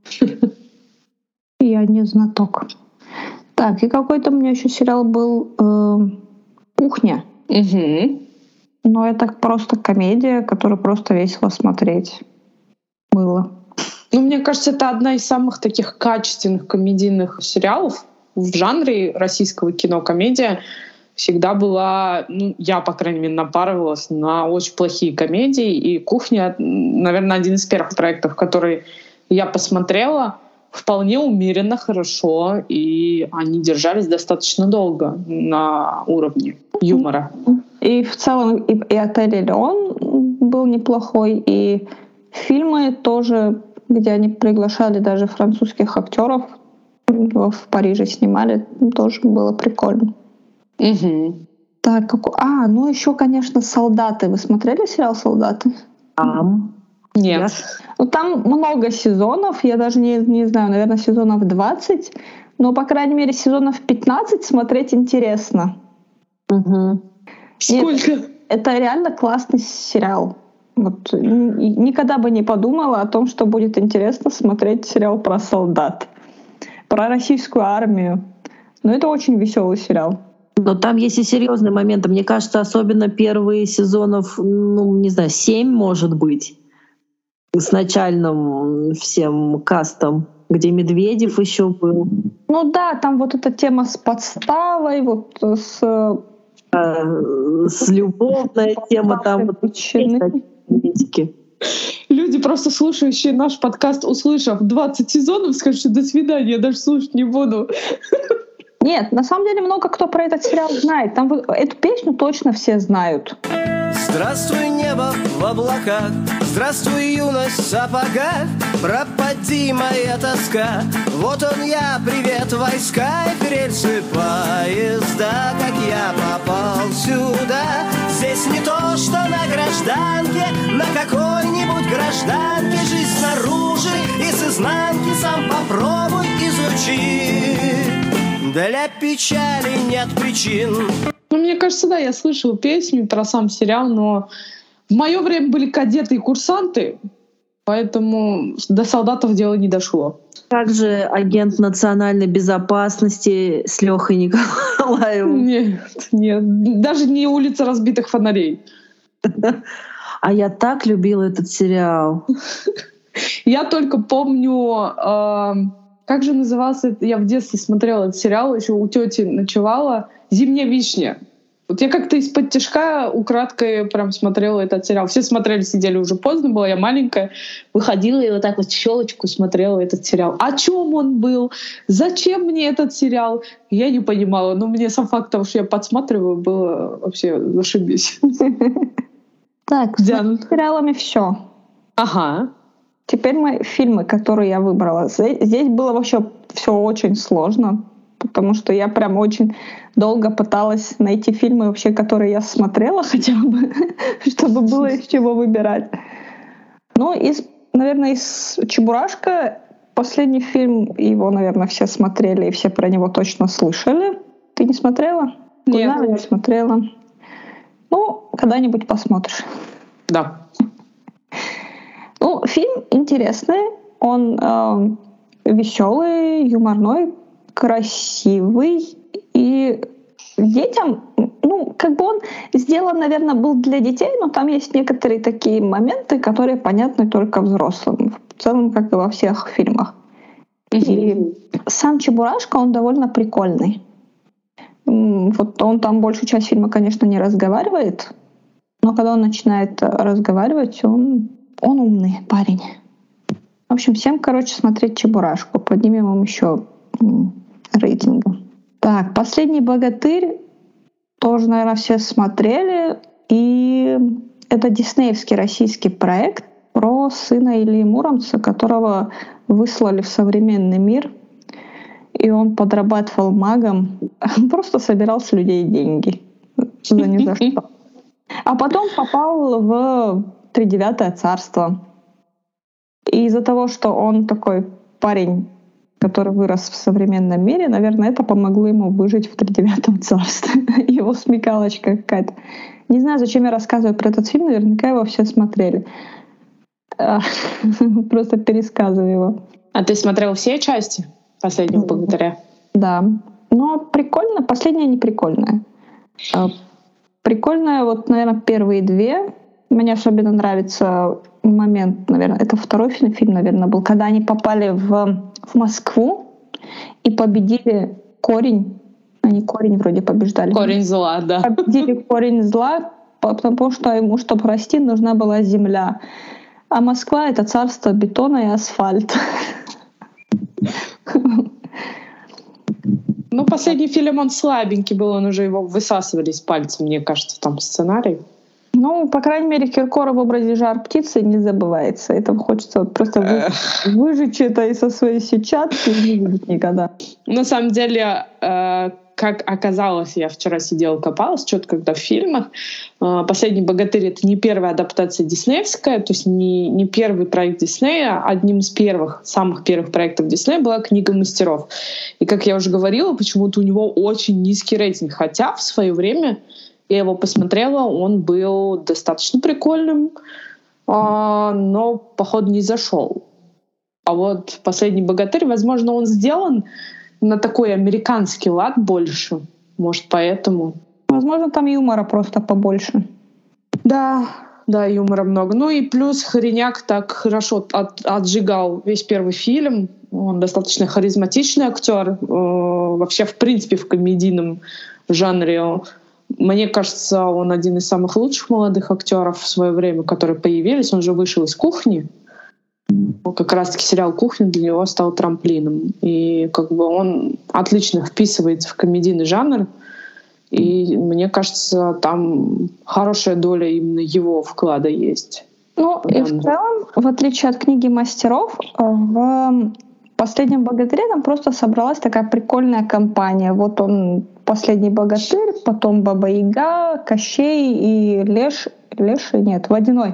Я не знаток. Так, и какой-то у меня еще сериал был «Кухня». Угу. Но это просто комедия, которую просто весело смотреть было. Ну, мне кажется, это одна из самых таких качественных комедийных сериалов в жанре российского кино комедия всегда была, я, по крайней мере, напарывалась на очень плохие комедии, и «Кухня», наверное, один из первых проектов, который я посмотрела, вполне умеренно, хорошо, и они держались достаточно долго на уровне юмора. И в целом и «Отель Элеон» был неплохой, и фильмы тоже, где они приглашали даже французских актеров, в Париже снимали, тоже было прикольно. Угу. Так, еще, конечно, «Солдаты». Вы смотрели сериал «Солдаты»? Нет. Там много сезонов, я даже не знаю, наверное, сезонов 20, но, по крайней мере, сезонов 15 смотреть интересно. Угу. Сколько? Это реально классный сериал. Вот, никогда бы не подумала о том, что будет интересно смотреть сериал про солдат, про российскую армию. Но это очень веселый сериал. Но там есть и серьезные моменты. Мне кажется, особенно первые сезонов, 7, может быть, с начальным всем кастом, где Медведев еще был. Там вот эта тема с подставой, вот с любовная тема там. Люди, просто слушающие наш подкаст, услышав 20 сезонов, скажут, что до свидания, я даже слушать не буду. Нет, на самом деле много кто про этот сериал знает. Там эту песню точно все знают. Здравствуй, небо в облаках, здравствуй, юность в сапогах, пропади моя тоска. Вот он я, привет, войска и рельсы поезда. Как я попал сюда? Здесь не то, что на гражданке, на какой-нибудь гражданке. Жизнь снаружи и с изнанки сам попробуй изучи. Для печали нет причин. Мне кажется, да, я слышала песню про сам сериал, но в мое время были кадеты и курсанты, поэтому до солдатов дело не дошло. Также агент национальной безопасности с Лёхой Николаевым. Нет, даже не «Улица разбитых фонарей». А я так любила этот сериал. Я только помню, как же назывался, я в детстве смотрела этот сериал, еще у тети ночевала, «Зимняя вишня». Вот я как-то из-под тишка украдкой прям смотрела этот сериал. Все смотрели, сидели, уже поздно было, я маленькая, выходила и вот так вот щелочку смотрела этот сериал. О чем он был? Зачем мне этот сериал? Я не понимала. Но мне сам факт того, что я подсматриваю, было вообще зашибись. Так, с сериалами все. Ага. Теперь фильмы, которые я выбрала. Здесь было вообще все очень сложно, потому что я прям очень долго пыталась найти фильмы вообще, которые я смотрела хотя бы, чтобы было из чего выбирать. Наверное, из «Чебурашка» последний фильм, его, наверное, все смотрели и все про него точно слышали. Ты не смотрела? Нет. Не смотрела. Когда-нибудь посмотришь. Да. Фильм интересный, он веселый, юморной, красивый, и детям, он сделан, наверное, был для детей, но там есть некоторые такие моменты, которые понятны только взрослым, в целом, как и во всех фильмах. И сам Чебурашка, он довольно прикольный. Вот он там большую часть фильма, конечно, не разговаривает, но когда он начинает разговаривать, он умный парень. В общем, всем, смотреть «Чебурашку». Поднимем им еще рейтинга. Так, «Последний богатырь» тоже, наверное, все смотрели. И это диснеевский российский проект про сына Ильи Муромца, которого выслали в современный мир. И он подрабатывал магом. Просто собирал с людей деньги. За ни за что. А потом попал в Тридевятое царство. И из-за того, что он такой парень, который вырос в современном мире, наверное, это помогло ему выжить в Тридевятом царстве. Его смекалочка какая-то. Не знаю, зачем я рассказываю про этот фильм, наверняка его все смотрели. Просто пересказываю его. А ты смотрел все части «Последнего богатыря»? Да. Но прикольно, последняя не прикольная. Прикольная, наверное, первые две. Мне особенно нравится момент, наверное, это второй фильм, наверное, был, когда они попали в Москву и победили корень. Они корень вроде побеждали. Корень зла, да. Победили корень зла, потому что ему, чтобы расти, нужна была земля. А Москва — это царство бетона и асфальта. Ну, последний фильм, он слабенький был, он уже его высасывали из пальца, мне кажется, там сценарий. Ну, по крайней мере, Киркоров в образе жар-птицы не забывается. Это хочется просто выжечь это и со своей сетчатки, и не будет никогда. На самом деле, как оказалось, я вчера сидела, копалась что-то когда в фильмах. «Последний богатырь» — это не первая адаптация диснеевская, то есть не первый проект Диснея. Одним из самых первых проектов Диснея была «Книга мастеров». И, как я уже говорила, почему-то у него очень низкий рейтинг. Хотя в свое время я его посмотрела, он был достаточно прикольным, но, походу, не зашел. А вот «Последний богатырь», возможно, он сделан на такой американский лад больше. Может, поэтому. Возможно, там юмора просто побольше. Да, юмора много. Ну и плюс Хориняк так хорошо отжигал весь первый фильм. Он достаточно харизматичный актер. Вообще, в принципе, в комедийном жанре. Мне кажется, он один из самых лучших молодых актеров в свое время, которые появились. Он же вышел из «Кухни». Как раз-таки сериал «Кухня» для него стал трамплином. И как бы он отлично вписывается в комедийный жанр. И мне кажется, там хорошая доля именно его вклада есть. Ну и в целом, в отличие от «Книги мастеров», в «Последнем богатыре» там просто собралась такая прикольная компания. Вот он, «Последний богатырь», потом Баба-Яга, Кощей и Водяной.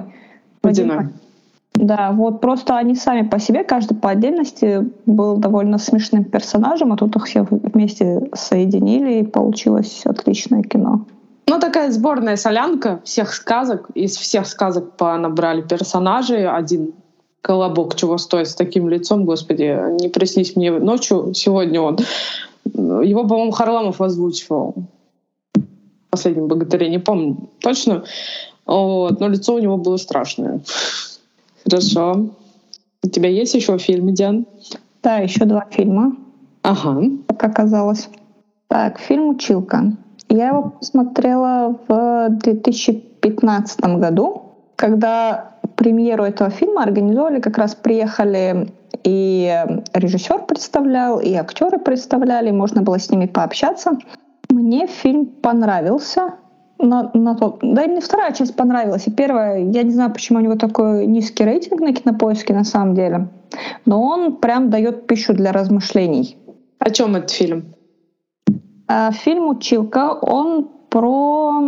Да, вот просто они сами по себе, каждый по отдельности был довольно смешным персонажем, а тут их все вместе соединили, и получилось отличное кино. Ну, такая сборная солянка всех сказок. Из всех сказок набрали персонажей. Один колобок чего стоит с таким лицом, господи, не приснись мне ночью, сегодня он. Его, по-моему, Харламов озвучивал. В «Последнем богатыре», не помню точно. Вот, но лицо у него было страшное. Хорошо. У тебя есть еще фильмы, Диан? Да, еще 2 фильма. Ага. Как оказалось. Так, фильм «Училка». Я его посмотрела в 2015 году, когда премьеру этого фильма организовали, как раз приехали и режиссер представлял, и актеры представляли, можно было с ними пообщаться. Мне фильм понравился. Да, и мне вторая часть понравилась. И первая, я не знаю, почему у него такой низкий рейтинг на Кинопоиске на самом деле, но он прям дает пищу для размышлений. О чем этот фильм? Фильм «Училка», он про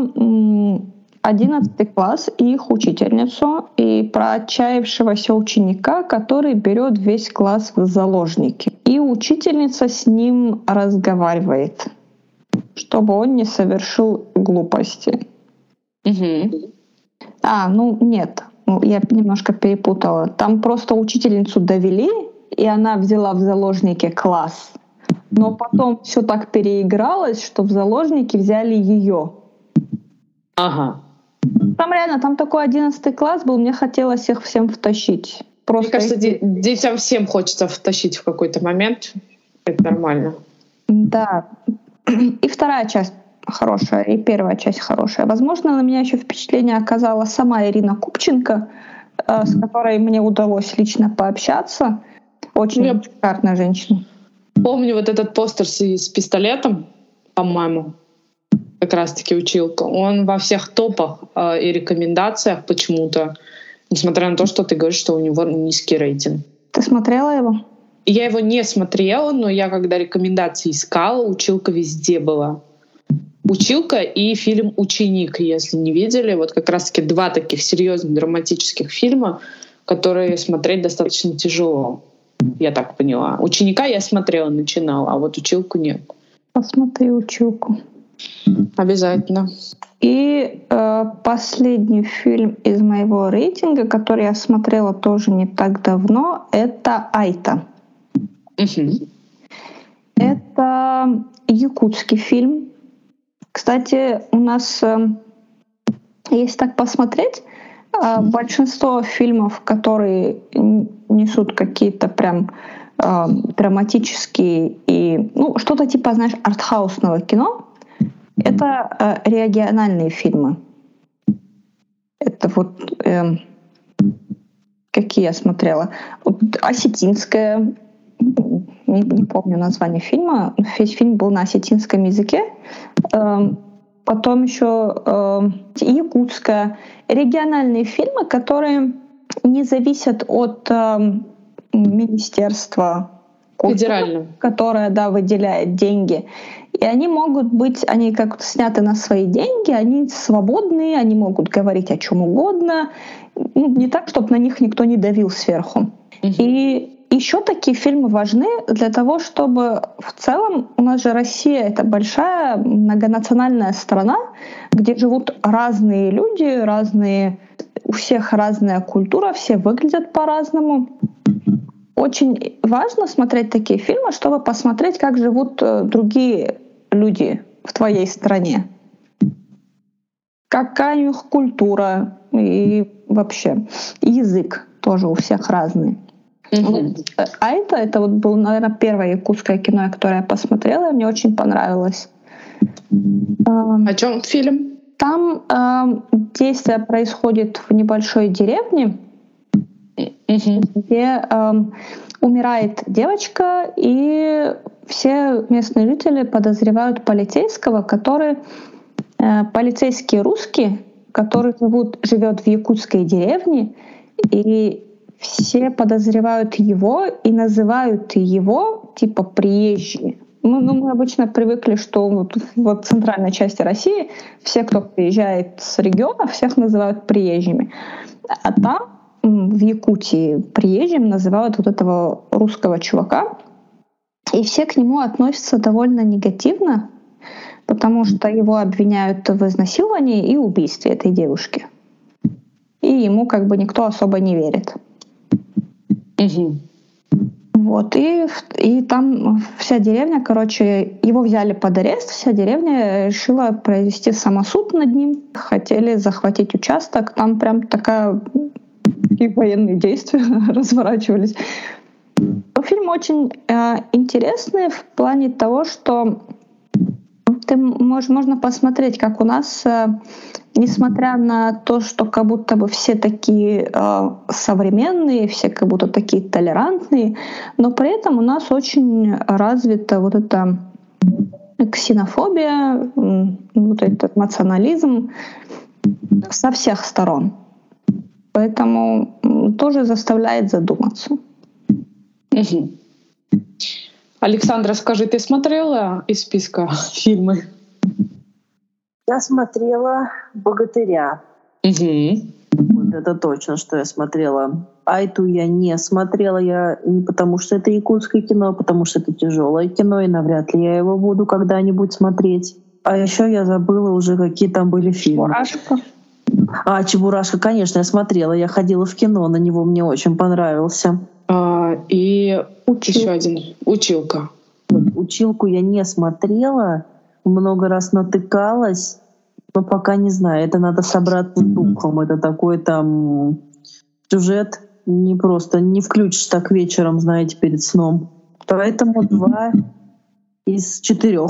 11 класс и их учительницу, и про отчаявшегося ученика, который берет весь класс в заложники. И учительница с ним разговаривает, чтобы он не совершил глупости. Угу. Нет, я немножко перепутала. Там просто учительницу довели, и она взяла в заложники класс. Но потом все так переигралось, что в заложники взяли ее. Ага. Там реально, там такой 11 класс был, мне хотелось их всем втащить. Мне кажется, детям всем хочется втащить в какой-то момент. Это нормально. Да. И вторая часть хорошая, и первая часть хорошая. Возможно, на меня еще впечатление оказала сама Ирина Купченко, с которой мне удалось лично пообщаться. Очень шикарная женщина. Помню вот этот постер с пистолетом, по-моему, как раз-таки «Училка». Он во всех топах и рекомендациях почему-то, несмотря на то, что ты говоришь, что у него низкий рейтинг. Ты смотрела его? Я его не смотрела, но я когда рекомендации искала, «Училка» везде была. «Училка» и фильм «Ученик», если не видели. Вот как раз-таки 2 таких серьезных драматических фильма, которые смотреть достаточно тяжело. Я так поняла. «Ученика» я смотрела, начинала, а вот «Училку» нет. Посмотри «Училку». Обязательно. И последний фильм из моего рейтинга, который я смотрела тоже не так давно, это «Айта». Угу. Это якутский фильм. Кстати, у нас, если так посмотреть, большинство фильмов, которые несут какие-то прям драматические и что-то типа, знаешь, артхаусного кино. Это региональные фильмы. Это вот какие я смотрела. Осетинская, не помню название фильма. Фильм был на осетинском языке. Потом еще якутская. Региональные фильмы, которые не зависят от министерства культуры, которое, выделяет деньги. И они могут быть, они как-то сняты на свои деньги, они свободные, они могут говорить о чем угодно. Не так, чтобы на них никто не давил сверху. И еще такие фильмы важны для того, чтобы в целом у нас же Россия — это большая многонациональная страна, где живут разные люди, у всех разная культура, все выглядят по-разному. Очень важно смотреть такие фильмы, чтобы посмотреть, как живут другие люди в твоей стране. Какая у них культура и вообще язык тоже у всех разный. А это вот было, наверное, первое якутское кино, которое я посмотрела, и мне очень понравилось. О чем фильм? Там действие происходит в небольшой деревне, где умирает девочка, и все местные жители подозревают полицейского, полицейский русский, который живет в якутской деревне, и все подозревают его и называют его типа приезжий. Мы обычно привыкли, что в центральной части России все, кто приезжает с региона, всех называют приезжими. А там, в Якутии, приезжим называют вот этого русского чувака. И все к нему относятся довольно негативно, потому что его обвиняют в изнасиловании и убийстве этой девушки. И ему никто особо не верит. Вот, и там вся деревня, его взяли под арест, вся деревня решила провести самосуд над ним, хотели захватить участок, там прям такие военные действия разворачивались. Но фильм очень интересный в плане того, что можно посмотреть, как у нас, несмотря на то, что как будто бы все такие современные, все как будто такие толерантные, но при этом у нас очень развита вот эта ксенофобия, вот этот национализм со всех сторон. Поэтому тоже заставляет задуматься. Александра, скажи, ты смотрела из списка фильмы? Я смотрела «Богатыря». Вот это точно, что я смотрела. Айту я не смотрела, не потому что это якутское кино, а потому что это тяжелое кино, и навряд ли я его буду когда-нибудь смотреть. А еще я забыла уже, какие там были фильмы. «Чебурашка». «Чебурашка», конечно, я смотрела. Я ходила в кино, на него мне очень понравился. И еще один «Училка». «Училку» я не смотрела, много раз натыкалась, но пока не знаю. Это надо собраться с духом. Это такой там сюжет не включишь так вечером, знаете, перед сном. Поэтому 2 из 4.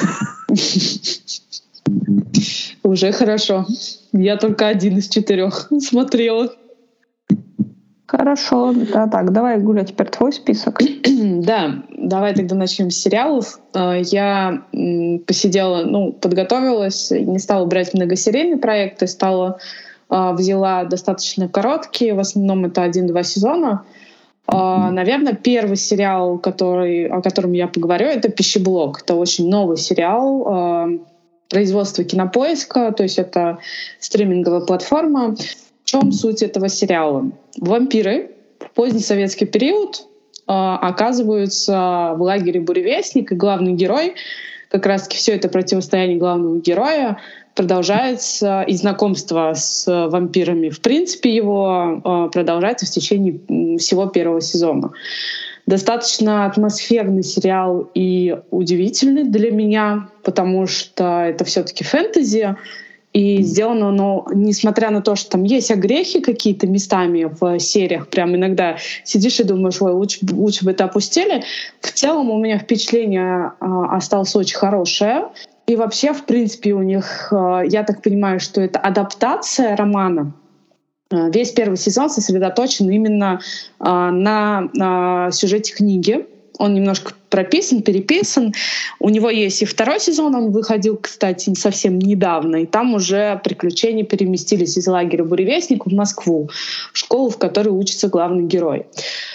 Уже хорошо. Я только 1 из 4 смотрела. Хорошо, так, давай, Гуля, теперь твой список. Да, давай тогда начнем с сериалов. Я посидела, подготовилась, не стала брать многосерийные проекты, взяла достаточно короткие, в основном это 1-2 сезона. Наверное, первый сериал, о котором я поговорю, это «Пищеблок». Это очень новый сериал производства Кинопоиска, то есть это стриминговая платформа. В чем суть этого сериала? Вампиры в поздний советский период оказываются в лагере «Буревестник», и главный герой, как раз-таки все это противостояние главного героя продолжается, и знакомство с вампирами, в принципе, его продолжается в течение всего первого сезона. Достаточно атмосферный сериал и удивительный для меня, потому что это все-таки фэнтези, И сделано оно, несмотря на то, что там есть огрехи какие-то местами в сериях, прям иногда сидишь и думаешь, ой, лучше бы это опустили. В целом у меня впечатление осталось очень хорошее. И вообще, в принципе, у них, я так понимаю, что это адаптация романа. Весь первый сезон сосредоточен именно на сюжете книги. Он немножко прописан, переписан. У него есть и второй сезон, он выходил, кстати, совсем недавно, и там уже приключения переместились из лагеря «Буревестник» в Москву, в школу, в которой учится главный герой.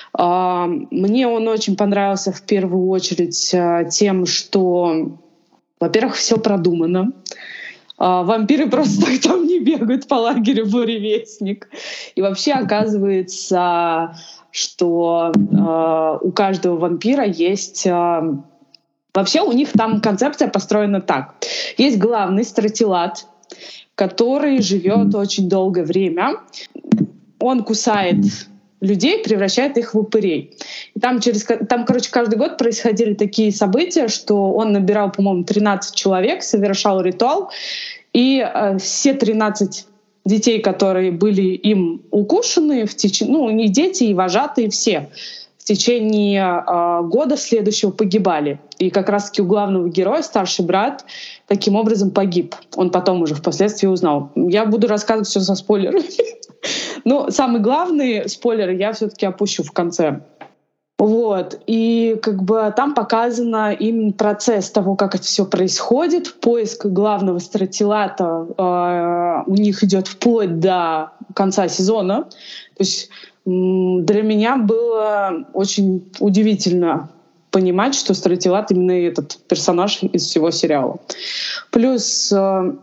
Мне он очень понравился в первую очередь тем, что, во-первых, все продумано. Вампиры просто так там не бегают по лагерю «Буревестник». И вообще оказывается, что у каждого вампира есть... Вообще у них там концепция построена так. Есть главный стратилат, который живет очень долгое время. Он кусает людей, превращает их в упырей. И там, каждый год происходили такие события, что он набирал, по-моему, 13 человек, совершал ритуал, и все 13 детей, которые были им укушены, и дети, и вожатые, все в течение года следующего погибали. И как раз-таки у главного героя старший брат таким образом погиб. Он потом уже впоследствии узнал. Я буду рассказывать все со спойлерами. Но самый главный спойлер я все-таки опущу в конце. Вот. И там показано именно процесс того, как это все происходит. Поиск главного стратилата у них идет вплоть до конца сезона. То есть для меня было очень удивительно понимать, что стратилат именно этот персонаж из всего сериала. Плюс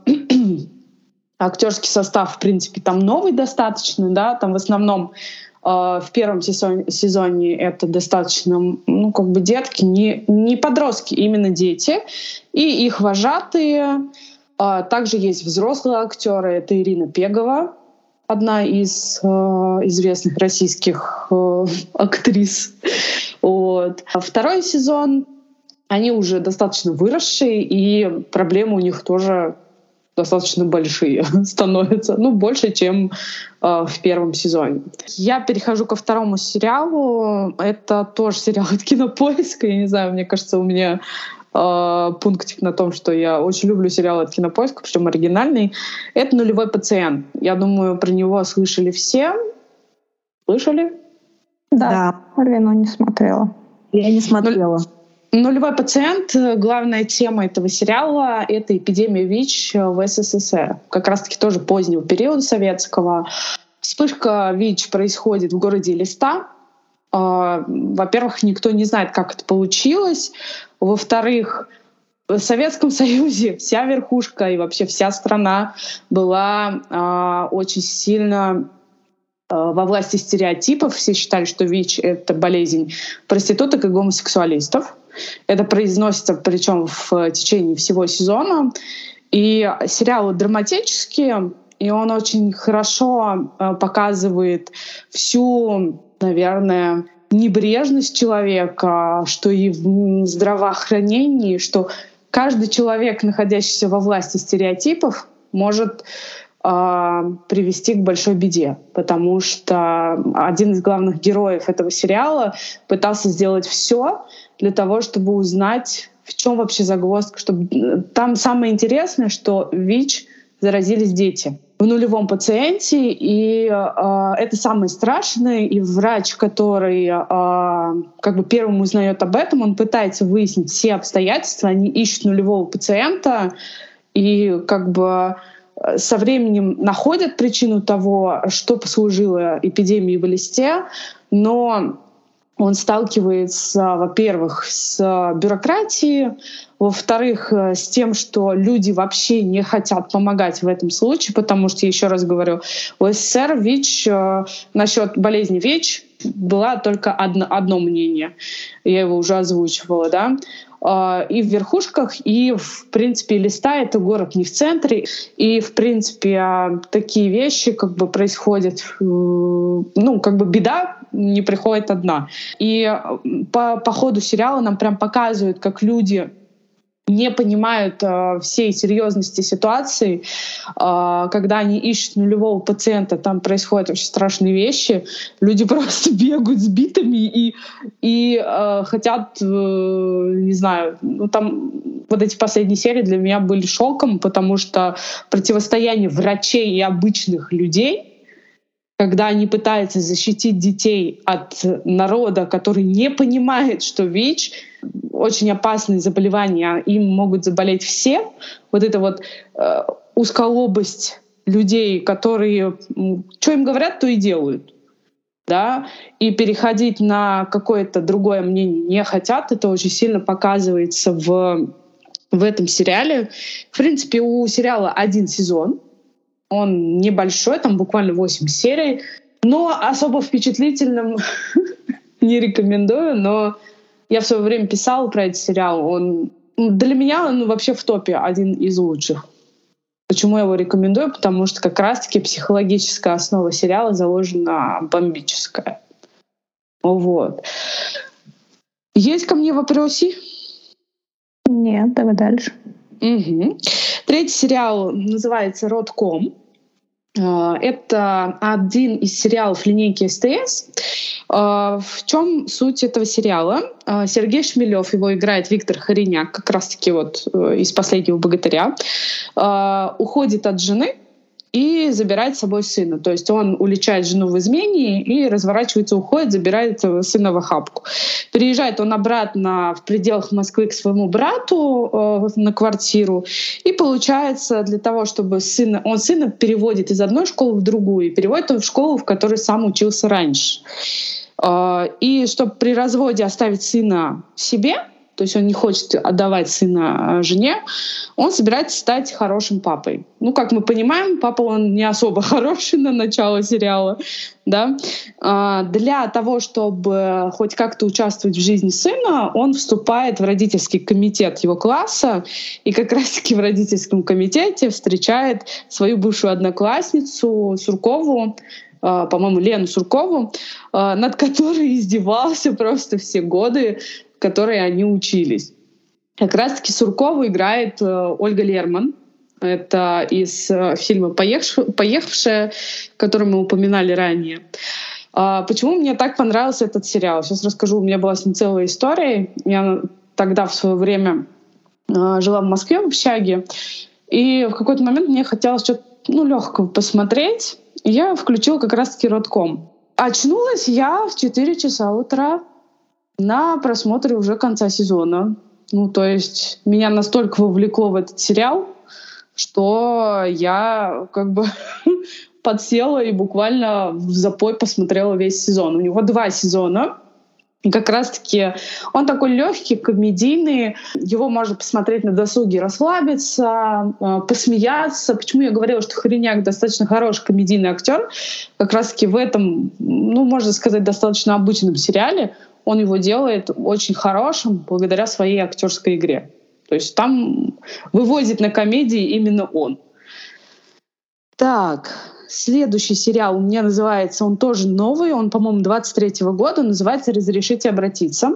актерский состав, в принципе, там новый достаточно, да, там в основном в первом сезоне это достаточно, детки, не подростки, именно дети, и их вожатые. Также есть взрослые актеры, это Ирина Пегова, одна из известных российских актрис. Вот. А второй сезон, они уже достаточно выросшие, и проблемы у них тоже достаточно большие становятся, больше, чем в первом сезоне. Я перехожу ко второму сериалу. Это тоже сериал от Кинопоиска. Я не знаю, мне кажется, у меня пунктик на том, что я очень люблю сериалы от Кинопоиска, причем оригинальный. Это «Нулевой пациент». Я думаю, про него слышали все. Слышали? Да. Алина не смотрела. Я не смотрела. «Нулевой пациент», главная тема этого сериала — это эпидемия ВИЧ в СССР. Как раз-таки тоже позднего периода советского. Вспышка ВИЧ происходит в городе Элиста. Во-первых, никто не знает, как это получилось. Во-вторых, в Советском Союзе вся верхушка и вообще вся страна была очень сильно во власти стереотипов. Все считали, что ВИЧ — это болезнь проституток и гомосексуалистов. Это произносится причем в течение всего сезона. И сериал драматический, и он очень хорошо показывает всю, наверное, небрежность человека, что и в здравоохранении, что каждый человек, находящийся во власти стереотипов, может привести к большой беде, потому что один из главных героев этого сериала пытался сделать все для того, чтобы узнать, в чем вообще загвоздка. Там самое интересное, что ВИЧ заразились дети в «Нулевом пациенте», и это самое страшное. И врач, который первым узнает об этом, он пытается выяснить все обстоятельства, они ищут нулевого пациента и со временем находят причину того, что послужило эпидемией в Элисте, но он сталкивается, во-первых, с бюрократией, во-вторых, с тем, что люди вообще не хотят помогать в этом случае, потому что, еще раз говорю, в СССР ВИЧ, насчет болезни ВИЧ было только одно мнение. Я его уже озвучивала, да. И в верхушках, и, в принципе, Элиста — это город не в центре, и, в принципе, такие вещи происходят, беда не приходит одна. И по ходу сериала нам прям показывают, как люди не понимают всей серьезности ситуации, когда они ищут нулевого пациента, там происходят очень страшные вещи, люди просто бегают с битами и хотят, не знаю, ну там вот эти последние серии для меня были шоком, потому что противостояние врачей и обычных людей, когда они пытаются защитить детей от народа, который не понимает, что ВИЧ — очень опасные заболевания, им могут заболеть все. Вот эта вот узколобость людей, которые что им говорят, то и делают. Да? И переходить на какое-то другое мнение не хотят. Это очень сильно показывается в этом сериале. В принципе, у сериала 1 сезон. Он небольшой, там буквально 8 серий. Но особо впечатлительным не рекомендую, но я в свое время писала про этот сериал. Для меня он вообще в топе, один из лучших. Почему я его рекомендую? Потому что как раз-таки психологическая основа сериала заложена бомбическая. Вот. Есть ко мне вопросы? Нет, давай дальше. Угу. 3-й сериал называется «Родком». Это один из сериалов линейки СТС. В чем суть этого сериала? Сергей Шмелев, его играет Виктор Хориняк, как раз-таки вот из «Последнего богатыря», уходит от жены и забирает с собой сына. То есть он уличает жену в измене и разворачивается, уходит, забирает сына в охапку. Переезжает он обратно в пределах Москвы к своему брату на квартиру. И получается, для того, чтобы сына переводит из одной школы в другую. И переводит он в школу, в которой сам учился раньше. И чтобы при разводе оставить сына себе, то есть он не хочет отдавать сына жене, он собирается стать хорошим папой. Ну, как мы понимаем, папа он не особо хороший на начало сериала. Да? Для того, чтобы хоть как-то участвовать в жизни сына, он вступает в родительский комитет его класса, и как раз-таки в родительском комитете встречает свою бывшую одноклассницу Суркову, по-моему, Лену Суркову, над которой издевался просто все годы, в которые они учились. Как раз-таки Суркову играет Ольга Лерман. Это из фильма «Поехавшая», который мы упоминали ранее. Почему мне так понравился этот сериал? Сейчас расскажу. У меня была с ним целая история. Я тогда в свое время жила в Москве в общаге. И в какой-то момент мне хотелось что-то легкого посмотреть. И я включила как раз-таки «Родком». Очнулась я в 4 часа утра на просмотре уже конца сезона. То есть меня настолько вовлекло в этот сериал, что я подсела и буквально в запой посмотрела весь сезон. У него 2 сезона. И как раз-таки он такой легкий, комедийный. Его можно посмотреть на досуге, расслабиться, посмеяться. Почему я говорила, что Хориняк достаточно хороший комедийный актер? Как раз-таки в этом, можно сказать, достаточно обычном сериале он его делает очень хорошим благодаря своей актерской игре. То есть там вывозит на комедии именно он. Так, следующий сериал у меня называется, он тоже новый, он, по-моему, 23-го года, называется «Разрешите обратиться».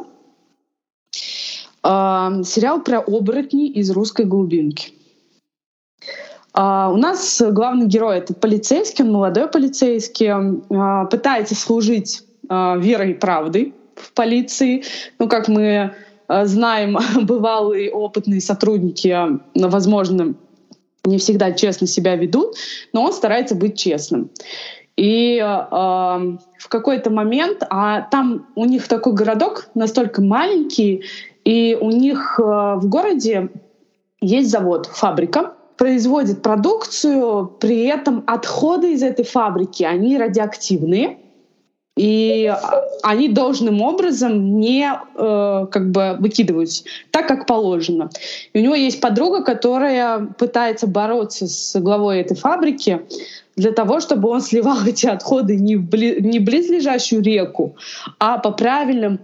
Сериал про оборотней из русской глубинки. У нас главный герой — это полицейский, он молодой полицейский, пытается служить верой и правдой в полиции. Как мы знаем, бывалые опытные сотрудники, возможно, не всегда честно себя ведут, но он старается быть честным. И в какой-то момент, там у них такой городок настолько маленький, и у них в городе есть завод, фабрика, производит продукцию, при этом отходы из этой фабрики, они радиоактивные, и они должным образом не выкидываются так, как положено. И у него есть подруга, которая пытается бороться с главой этой фабрики для того, чтобы он сливал эти отходы не в близлежащую реку, а по правилам,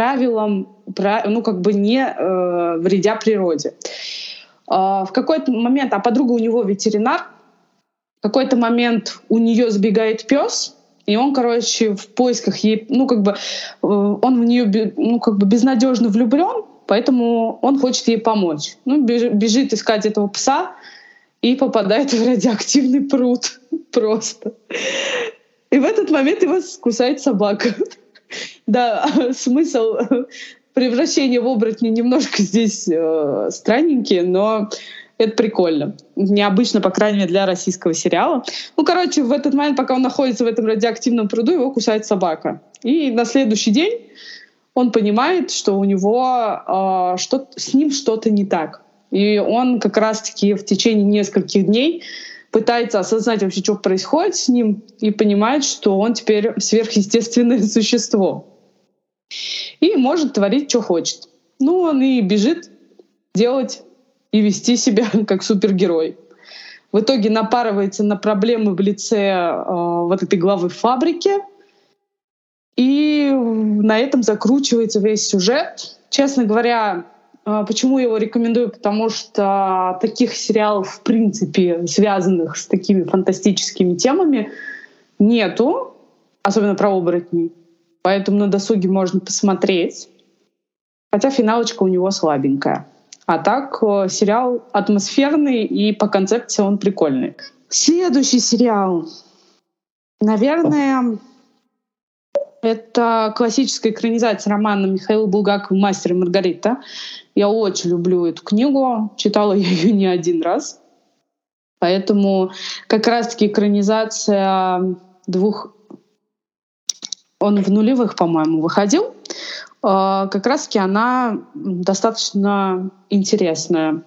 не вредя природе. В какой-то момент, подруга у него ветеринар, в какой-то момент у нее сбегает пес. И он, в поисках ей, он в нее, безнадежно влюблен, поэтому он хочет ей помочь. Ну, бежит искать этого пса и попадает в радиоактивный пруд просто. И в этот момент его кусает собака. Да, смысл превращения в оборотня немножко здесь странненький, но это прикольно. Необычно, по крайней мере, для российского сериала. Ну, короче, в этот момент, пока он находится в этом радиоактивном пруду, его кусает собака. И на следующий день он понимает, что у него с ним что-то не так. И он как раз-таки в течение нескольких дней пытается осознать вообще, что происходит с ним, и понимает, что он теперь сверхъестественное существо. И может творить, что хочет. Ну, он и бежит делать и вести себя как супергерой. В итоге напарывается на проблемы в лице вот этой главы фабрики, и на этом закручивается весь сюжет. Честно говоря, почему я его рекомендую? Потому что таких сериалов, в принципе, связанных с такими фантастическими темами, нету, особенно про оборотней. Поэтому на досуге можно посмотреть. Хотя финалочка у него слабенькая. А так сериал атмосферный, и по концепции он прикольный. Следующий сериал. Наверное, это классическая экранизация романа Михаила Булгакова «Мастер и Маргарита». Я очень люблю эту книгу. Читала я ее не один раз. Поэтому как раз-таки экранизация двух... Он в нулевых, по-моему, выходил. Как раз-таки она достаточно интересная.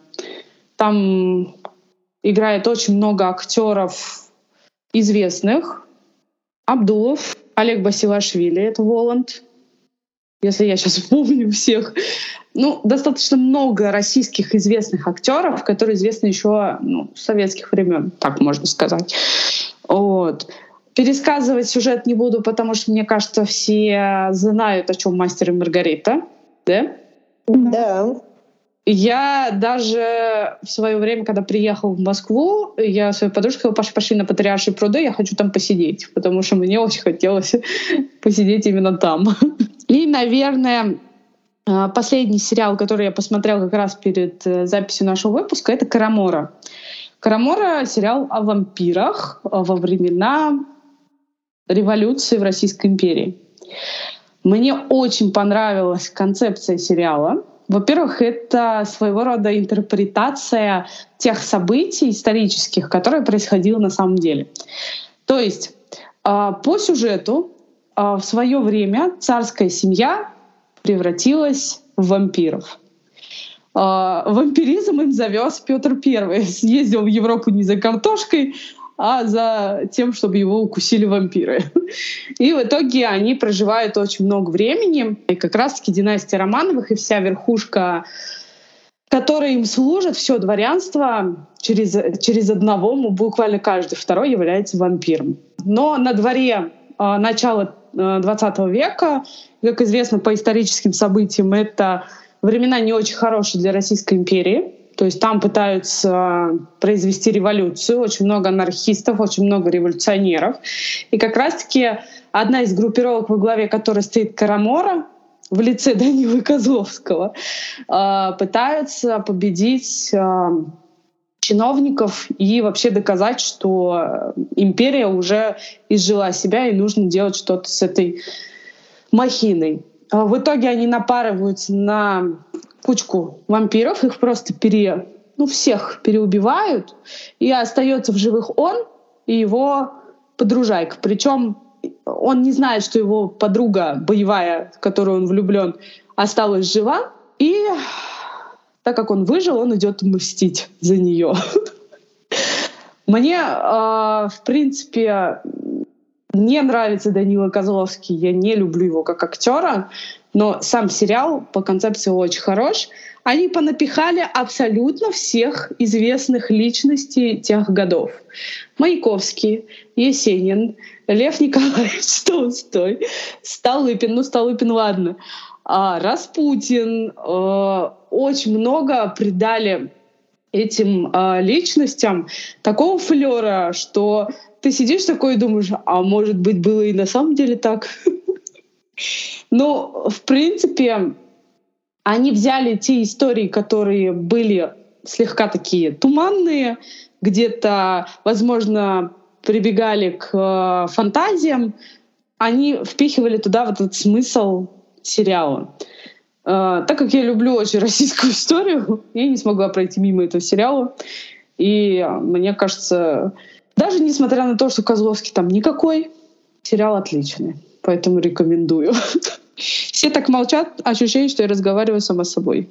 Там играет очень много актеров известных. Абдулов, Олег Басилашвили, это Воланд, если я сейчас помню всех. Ну, достаточно много российских известных актеров, которые известны еще с советских времен, так можно сказать. Вот. Пересказывать сюжет не буду, потому что, мне кажется, все знают, о чем «Мастер и Маргарита». Да? Да. Я даже в свое время, когда приехала в Москву, я своей подружкой сказала: пошли на Патриаршие пруды, я хочу там посидеть, потому что мне очень хотелось посидеть именно там. И, наверное, последний сериал, который я посмотрела как раз перед записью нашего выпуска, это «Карамора». «Карамора» — сериал о вампирах во времена революции в Российской империи. Мне очень понравилась концепция сериала. Во-первых, это своего рода интерпретация тех событий исторических, которые происходили на самом деле. То есть по сюжету в свое время царская семья превратилась в вампиров. Вампиризм им завез Петр I. Съездил в Европу не за картошкой, а за тем, чтобы его укусили вампиры. И в итоге они проживают очень много времени. И как раз-таки династия Романовых и вся верхушка, которая им служит, все дворянство, через одного, буквально каждый второй является вампиром. Но на дворе начала XX века, как известно по историческим событиям, это времена не очень хорошие для Российской империи. То есть там пытаются произвести революцию, очень много анархистов, очень много революционеров. И как раз-таки одна из группировок, во главе которой стоит Карамора, в лице Данилы Козловского, пытаются победить чиновников и вообще доказать, что империя уже изжила себя и нужно делать что-то с этой махиной. В итоге они напарываются на кучку вампиров, их просто всех переубивают, и остается в живых он и его подружайка. Причем он не знает, что его подруга боевая, в которую он влюблен, осталась жива, и так как он выжил, он идет мстить за нее. Мне, в принципе, не нравится Данила Козловский, я не люблю его как актера, но сам сериал по концепции очень хорош. Они понапихали абсолютно всех известных личностей тех годов. Маяковский, Есенин, Лев Николаевич Толстой, Столыпин, Столыпин, ладно, Распутин. Очень много придали этим личностям такого флера, что ты сидишь такой и думаешь, а может быть, было и на самом деле так? Ну, в принципе, Они взяли те истории, которые были слегка такие туманные, где-то, возможно, прибегали к фантазиям, они впихивали туда вот этот смысл сериала. Так как я люблю очень российскую историю, я не смогла пройти мимо этого сериала. И мне кажется, даже несмотря на то, что Козловский там никакой, сериал отличный. Поэтому рекомендую. Все так молчат, ощущение, что я разговариваю сама с собой.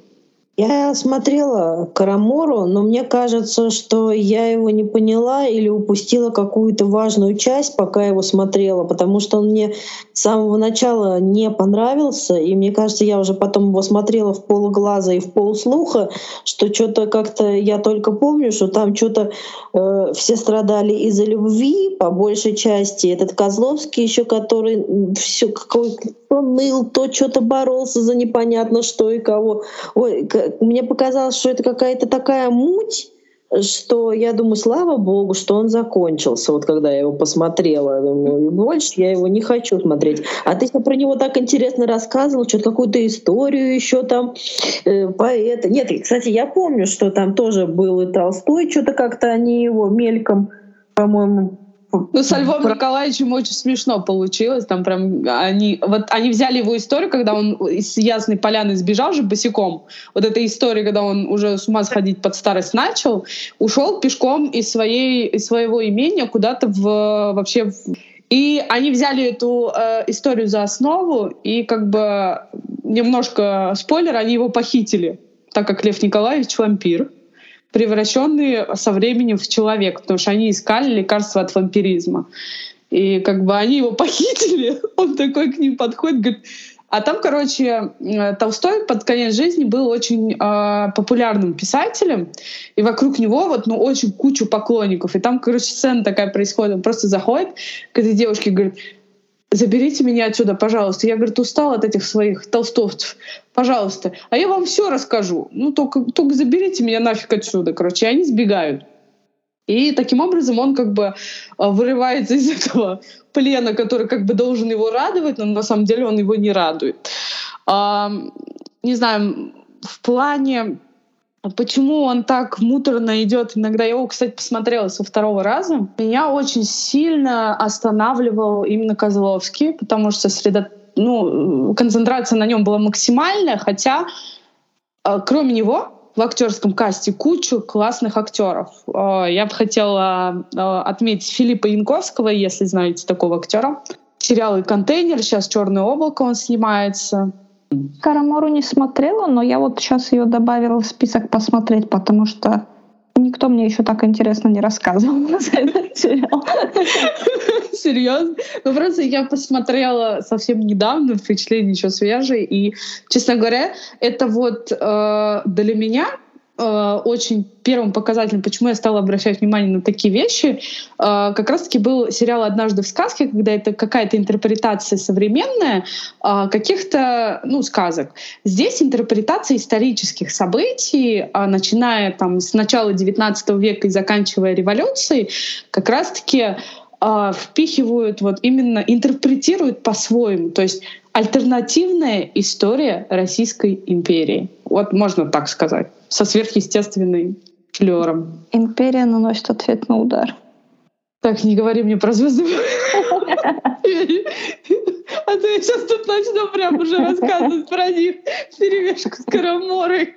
Я смотрела «Карамору», но мне кажется, что я его не поняла или упустила какую-то важную часть, пока его смотрела, потому что он мне с самого начала не понравился, и мне кажется, я уже потом его смотрела в полглаза и в полслуха, что что-то как-то я только помню, что там что-то все страдали из-за любви, по большей части. Этот Козловский еще, который все какой-то ныл, то что-то боролся за непонятно что и кого. Ой, мне показалось, что это какая-то такая муть, что я думаю, слава богу, что он закончился, вот когда я его посмотрела. Думаю, больше я его не хочу смотреть. А ты про него так интересно рассказывал, что-то какую-то историю еще там, поэта. Нет, кстати, я помню, что там тоже был и Толстой, что-то как-то они его мельком, по-моему, ну, со Львом Николаевичем очень смешно получилось. Там прям они взяли его историю, когда он из Ясной Поляны сбежал же босиком. Вот эта история, когда он уже с ума сходить под старость начал, ушел пешком из своего имения куда-то вообще. И они взяли эту историю за основу, и как бы немножко спойлер, они его похитили, так как Лев Николаевич вампир, превращенные со временем в человека, потому что они искали лекарства от вампиризма. И как бы они его похитили, он такой к ним подходит, говорит... А там, короче, Толстой под конец жизни был очень популярным писателем, и вокруг него вот, ну, очень кучу поклонников. И там, короче, сцена такая происходит, он просто заходит к этой девушке и говорит: заберите меня отсюда, пожалуйста. Я, говорит, устал от этих своих толстовцев. Пожалуйста. А я вам все расскажу. Ну, только заберите меня нафиг отсюда. Короче, и они сбегают. И таким образом он как бы вырывается из этого плена, который как бы должен его радовать, но на самом деле он его не радует. Не знаю, в плане... Почему он так муторно идет? Иногда я его, кстати, посмотрела со второго раза. Меня очень сильно останавливал именно Козловский, потому что концентрация на нем была максимальная, хотя кроме него в актерском касте кучу классных актеров. Я бы хотела отметить Филиппа Янковского, если знаете такого актера. Сериал «Контейнер», сейчас «Черное облако» он снимается. «Карамору» не смотрела, но я вот сейчас ее добавила в список посмотреть, потому что никто мне еще так интересно не рассказывал за этот сериал. Серьезно? Ну просто я посмотрела совсем недавно, впечатление еще свежее, и, честно говоря, это вот для меня очень первым показателем, почему я стала обращать внимание на такие вещи, как раз-таки был сериал «Однажды в сказке», когда это какая-то интерпретация современная каких-то сказок. Здесь интерпретация исторических событий, начиная там с начала XIX века и заканчивая революцией, как раз-таки впихивают, вот именно интерпретируют по-своему. То есть альтернативная история Российской империи. Вот можно так сказать. Со сверхъестественным флёром. Империя наносит ответный удар. Так, не говори мне про звезды. А то я сейчас тут начну прям уже рассказывать про них вперемешку с Караморой.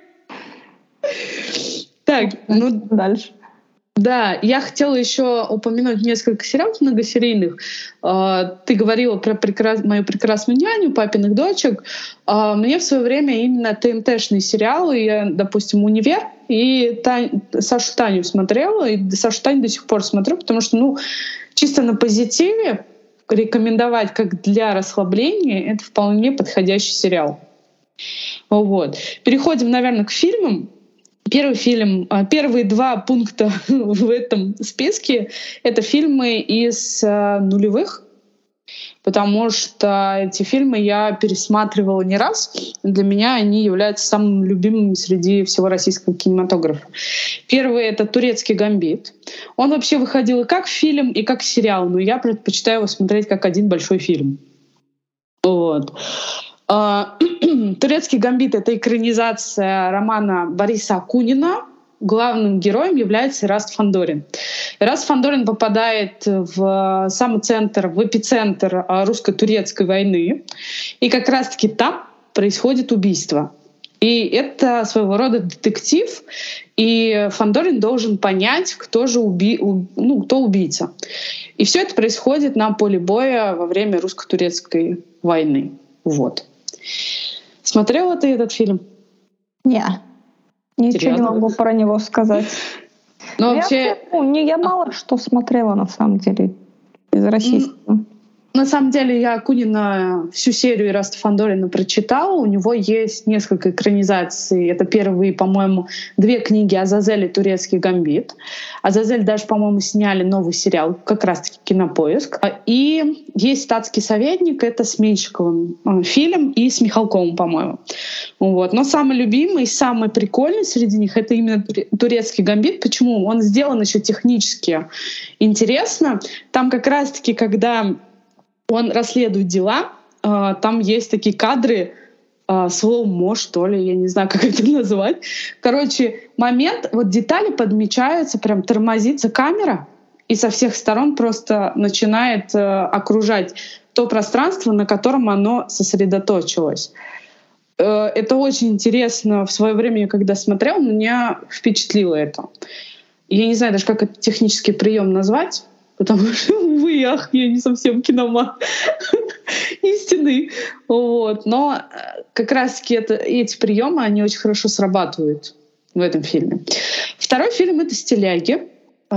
Так, дальше. Да, я хотела еще упомянуть несколько сериалов многосерийных. Ты говорила про мою прекрасную няню, папиных дочек. Мне в свое время именно ТНТ-шные сериалы, я, допустим, «Универ» и Сашу Таню смотрела, и Сашу Таню до сих пор смотрю, потому что, чисто на позитиве рекомендовать как для расслабления — это вполне подходящий сериал. Вот. Переходим, наверное, к фильмам. Первые два пункта в этом списке — это фильмы из нулевых, потому что эти фильмы я пересматривала не раз. Для меня они являются самыми любимыми среди всего российского кинематографа. Первый — это «Турецкий гамбит». Он вообще выходил и как фильм, и как сериал, но я предпочитаю его смотреть как один большой фильм. Вот. «Турецкий гамбит» — это экранизация романа Бориса Акунина. Главным героем является Эраст Фандорин. Эраст Фандорин попадает в самый центр, в эпицентр русско-турецкой войны. И как раз-таки там происходит убийство. И это своего рода детектив, и Фандорин должен понять, кто же кто убийца. И все это происходит на поле боя во время русско-турецкой войны. Вот. Смотрела ты этот фильм? Нет. Ничего не могу про него сказать. Но вообще... Я мало что смотрела, на самом деле, из российского. На самом деле я Акунина всю серию Эраста Фандорина прочитала. У него есть несколько экранизаций. Это первые, по-моему, 2 книги «Азазель» и «Турецкий гамбит». «Азазель» даже, по-моему, сняли новый сериал, как раз-таки «Кинопоиск». И есть «Статский советник», это с Меньшиковым фильм, и с Михалковым, по-моему. Вот. Но самый любимый, самый прикольный среди них — это именно «Турецкий гамбит». Почему? Он сделан еще технически интересно. Там как раз-таки, когда он расследует дела, там есть такие кадры, слоумо, что ли, я не знаю, как это назвать. Короче, момент, вот детали подмечаются, прям тормозится камера, и со всех сторон просто начинает окружать то пространство, на котором оно сосредоточилось. Это очень интересно. В свое время, когда смотрел, меня впечатлило это. Я не знаю даже, как этот технический прием назвать, потому что, увы, я не совсем киноман истинный. Вот. Но как раз-таки эти приемы, они очень хорошо срабатывают в этом фильме. Второй фильм — это «Стиляги».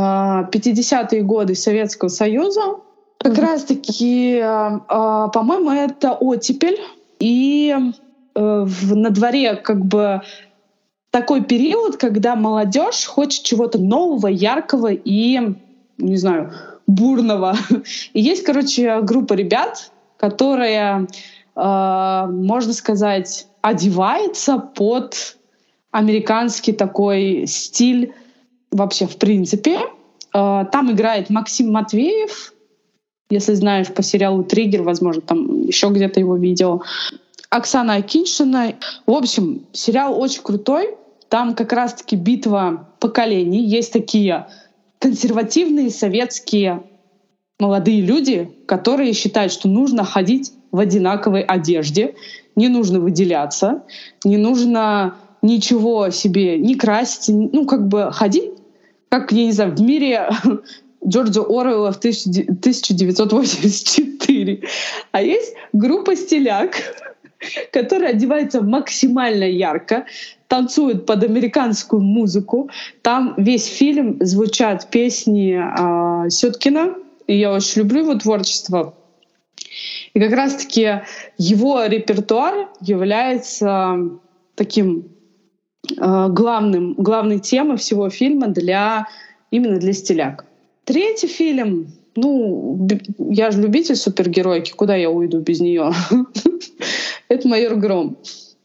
50-е годы Советского Союза. Как раз-таки, по-моему, это оттепель. И на дворе как бы такой период, когда молодежь хочет чего-то нового, яркого и, не знаю, бурного. И есть, короче, группа ребят, которая, можно сказать, одевается под американский такой стиль вообще в принципе. Там играет Максим Матвеев, если знаешь, по сериалу «Триггер», возможно, там еще где-то его видел. Оксана Акиньшина. В общем, сериал очень крутой. Там как раз-таки битва поколений. Есть такие консервативные советские молодые люди, которые считают, что нужно ходить в одинаковой одежде, не нужно выделяться, не нужно ничего себе не красить, как бы ходить, как, я не знаю, в мире Джорджа Оруэлла в 1984. А есть группа стиляк, которая одевается максимально ярко, танцует под американскую музыку. Там весь фильм звучат песни Сёткина, и я очень люблю его творчество. И как раз-таки его репертуар является таким главной темой всего фильма именно для стиляк. Третий фильм, я же любитель супергеройки, куда я уйду без нее? Это «Майор Гром».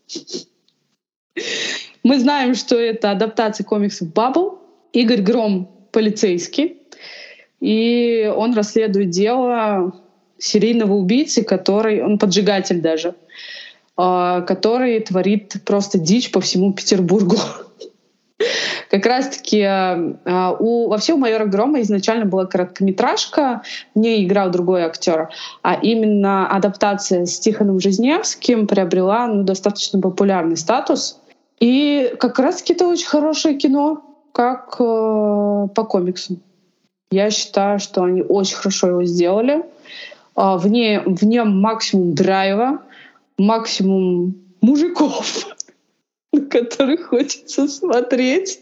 Мы знаем, что это адаптация комиксов «Баббл». Игорь Гром — полицейский, и он расследует дело серийного убийцы, он поджигатель даже, который творит просто дичь по всему Петербургу. Как раз-таки вообще у «Майора Грома» изначально была короткометражка, в ней играл другой актер, а именно адаптация с Тихоном Жизневским приобрела достаточно популярный статус. И как раз-таки это очень хорошее кино, как по комиксу. Я считаю, что они очень хорошо его сделали. В нем максимум драйва, максимум мужиков, на которых хочется смотреть.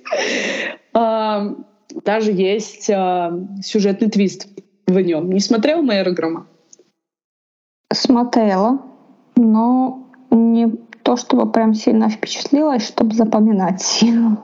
Даже есть сюжетный твист в нем. Не смотрела «Майора Грома»? Смотрела, но не то, чтобы прям сильно впечатлилась, чтобы запоминать сильно.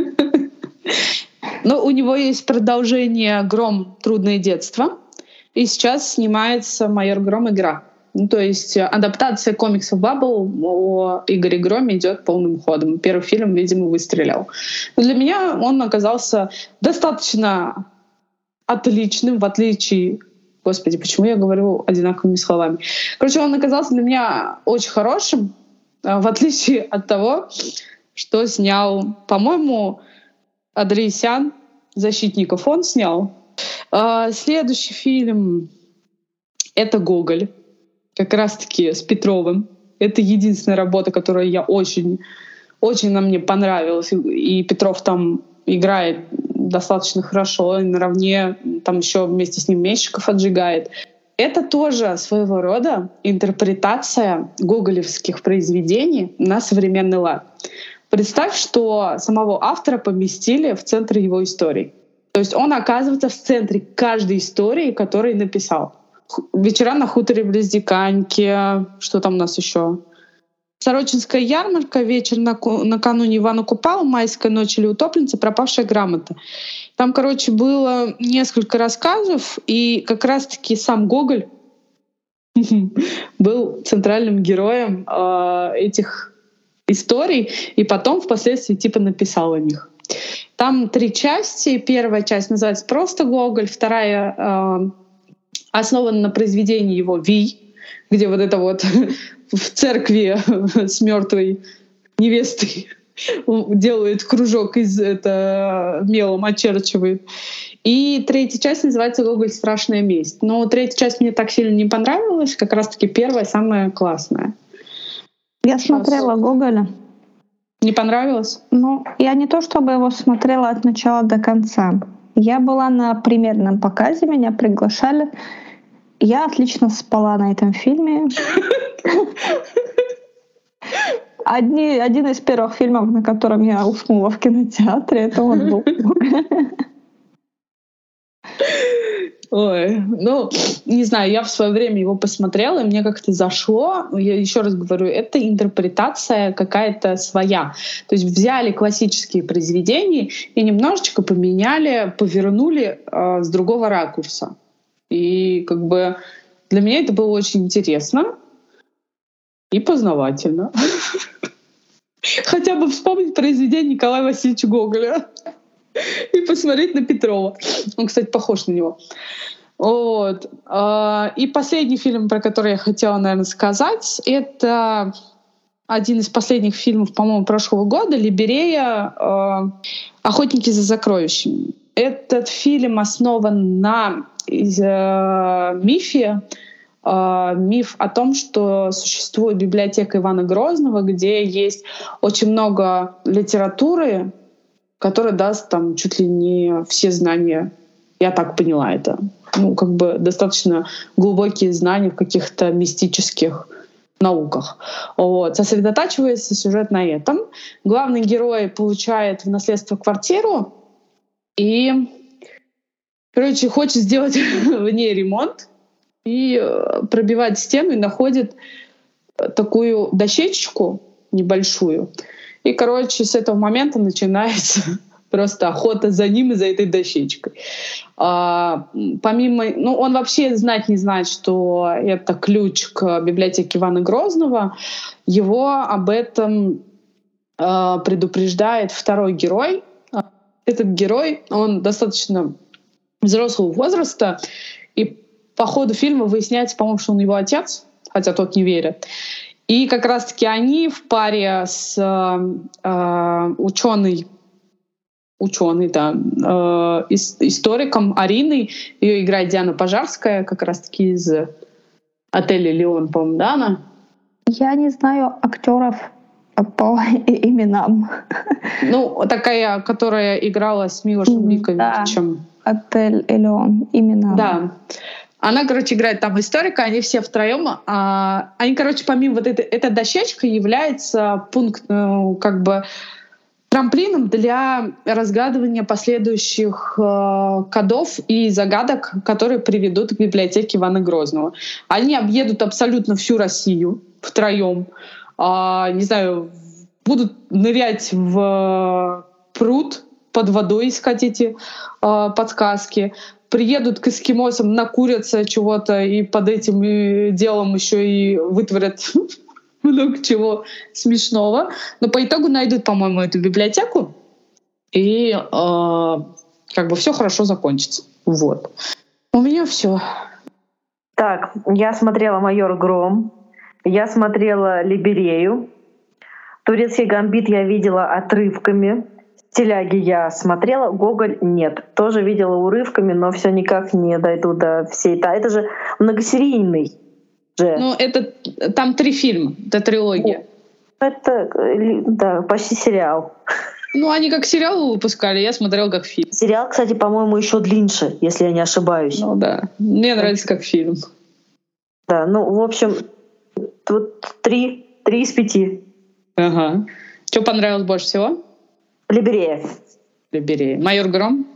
Но у него есть продолжение «Гром. Трудное детство». И сейчас снимается «Майор Гром. Игра». То есть адаптация комиксов «Баббл» о Игоре Громе идет полным ходом. Первый фильм, видимо, выстрелил. Но для меня он оказался достаточно отличным, в отличие... Господи, почему я говорю одинаковыми словами? Короче, он оказался для меня очень хорошим. в отличие от того, что снял, по-моему, Андреасян, «Защитников» он снял. Следующий фильм — это «Гоголь», как раз-таки с Петровым. Это единственная работа, которая я очень она мне понравилась. И Петров там играет достаточно хорошо, и наравне там еще вместе с ним Меньшиков отжигает. Это тоже своего рода интерпретация гоголевских произведений на современный лад. Представь, что самого автора поместили в центр его истории. То есть он оказывается в центре каждой истории, которую написал. «Вечера на хуторе близ Диканьки», что там у нас еще? «Сорочинская ярмарка», «Вечер накануне Ивана Купала», «Майская ночь» или «Утопленница», «Пропавшая грамота». Там, короче, было несколько рассказов, и как раз-таки сам Гоголь был центральным героем этих историй, и потом впоследствии типа написал о них. Там 3 части. Первая часть называется просто «Гоголь», вторая основана на произведении его «Вий», где вот это вот в церкви с мертвой невестой делает кружок из мелом очерчивает. И 3-я часть называется «Гоголь. Страшная месть». Но 3-я часть мне так сильно не понравилась, как раз-таки 1-я самая классная. Я смотрела «Гоголя». Не понравилось? Ну, я не то чтобы его смотрела от начала до конца. Я была на премьерном показе, меня приглашали. Я отлично спала на этом фильме. Один из первых фильмов, на котором я уснула в кинотеатре, это он был. Ой, ну, не знаю, я в свое время его посмотрела, и мне как-то зашло. Я еще раз говорю, это интерпретация какая-то своя. То есть взяли классические произведения и немножечко поменяли, повернули с другого ракурса. И как бы для меня это было очень интересно и познавательно. Хотя бы вспомнить произведение Николая Васильевича Гоголя и посмотреть на Петрова. Он, кстати, похож на него. Вот. И последний фильм, про который я хотела, наверное, сказать, это один из последних фильмов, по-моему, прошлого года, Либерея «Охотники за сокровищами». Этот фильм основан на мифе, миф о том, что существует библиотека Ивана Грозного, где есть очень много литературы, которая даст там чуть ли не все знания. Я так поняла это. Ну, как бы достаточно глубокие знания в каких-то мистических науках. Вот. Сосредотачивается сюжет на этом. Главный герой получает в наследство квартиру и, короче, хочет сделать в ней ремонт и пробивает стену и находит такую дощечку небольшую. И, короче, с этого момента начинается просто охота за ним и за этой дощечкой. Помимо... Ну, он вообще знать не знает, что это ключ к библиотеке Ивана Грозного. Его об этом предупреждает второй герой. Этот герой, он достаточно взрослого возраста, и по ходу фильма выясняется, по-моему, что он его отец, хотя тот не верит. И как раз-таки они в паре с историком Ариной, ее играет Диана Пожарская, как раз-таки из «Отеля Леон», по-моему, да, она? Я не знаю актеров по именам. Ну, такая, которая играла с Милошем Биковичем. Да, «Отель Элеон», именно. Да. Она, короче, играет там историка, они все втроем. Они, короче, помимо вот эта дощечка является как бы трамплином для разгадывания последующих кодов и загадок, которые приведут к библиотеке Ивана Грозного. Они объедут абсолютно всю Россию втроем. Не знаю, будут нырять в пруд под водой, искать эти подсказки. Приедут к эскимосам, накурятся чего-то и под этим делом еще и вытворят много чего смешного. Но по итогу найдут, по-моему, эту библиотеку, и как бы все хорошо закончится. Вот. У меня все. Так, я смотрела «Майор Гром», я смотрела «Либерею», «Турецкий гамбит» я видела отрывками. «Стиляги» я смотрела, «Гоголь» нет. Тоже видела урывками, но все никак не дойду до всей. Это же многосерийный же. Ну, это там 3 фильма, это трилогия. Это, да, почти сериал. Ну, они как сериал выпускали, я смотрела как фильм. Сериал, кстати, по-моему, еще длиннее, если я не ошибаюсь. Ну да, мне нравится как фильм. Да, ну, в общем, тут 3 из 5. Ага. Что понравилось больше всего? Либерея. «Майор Гром»?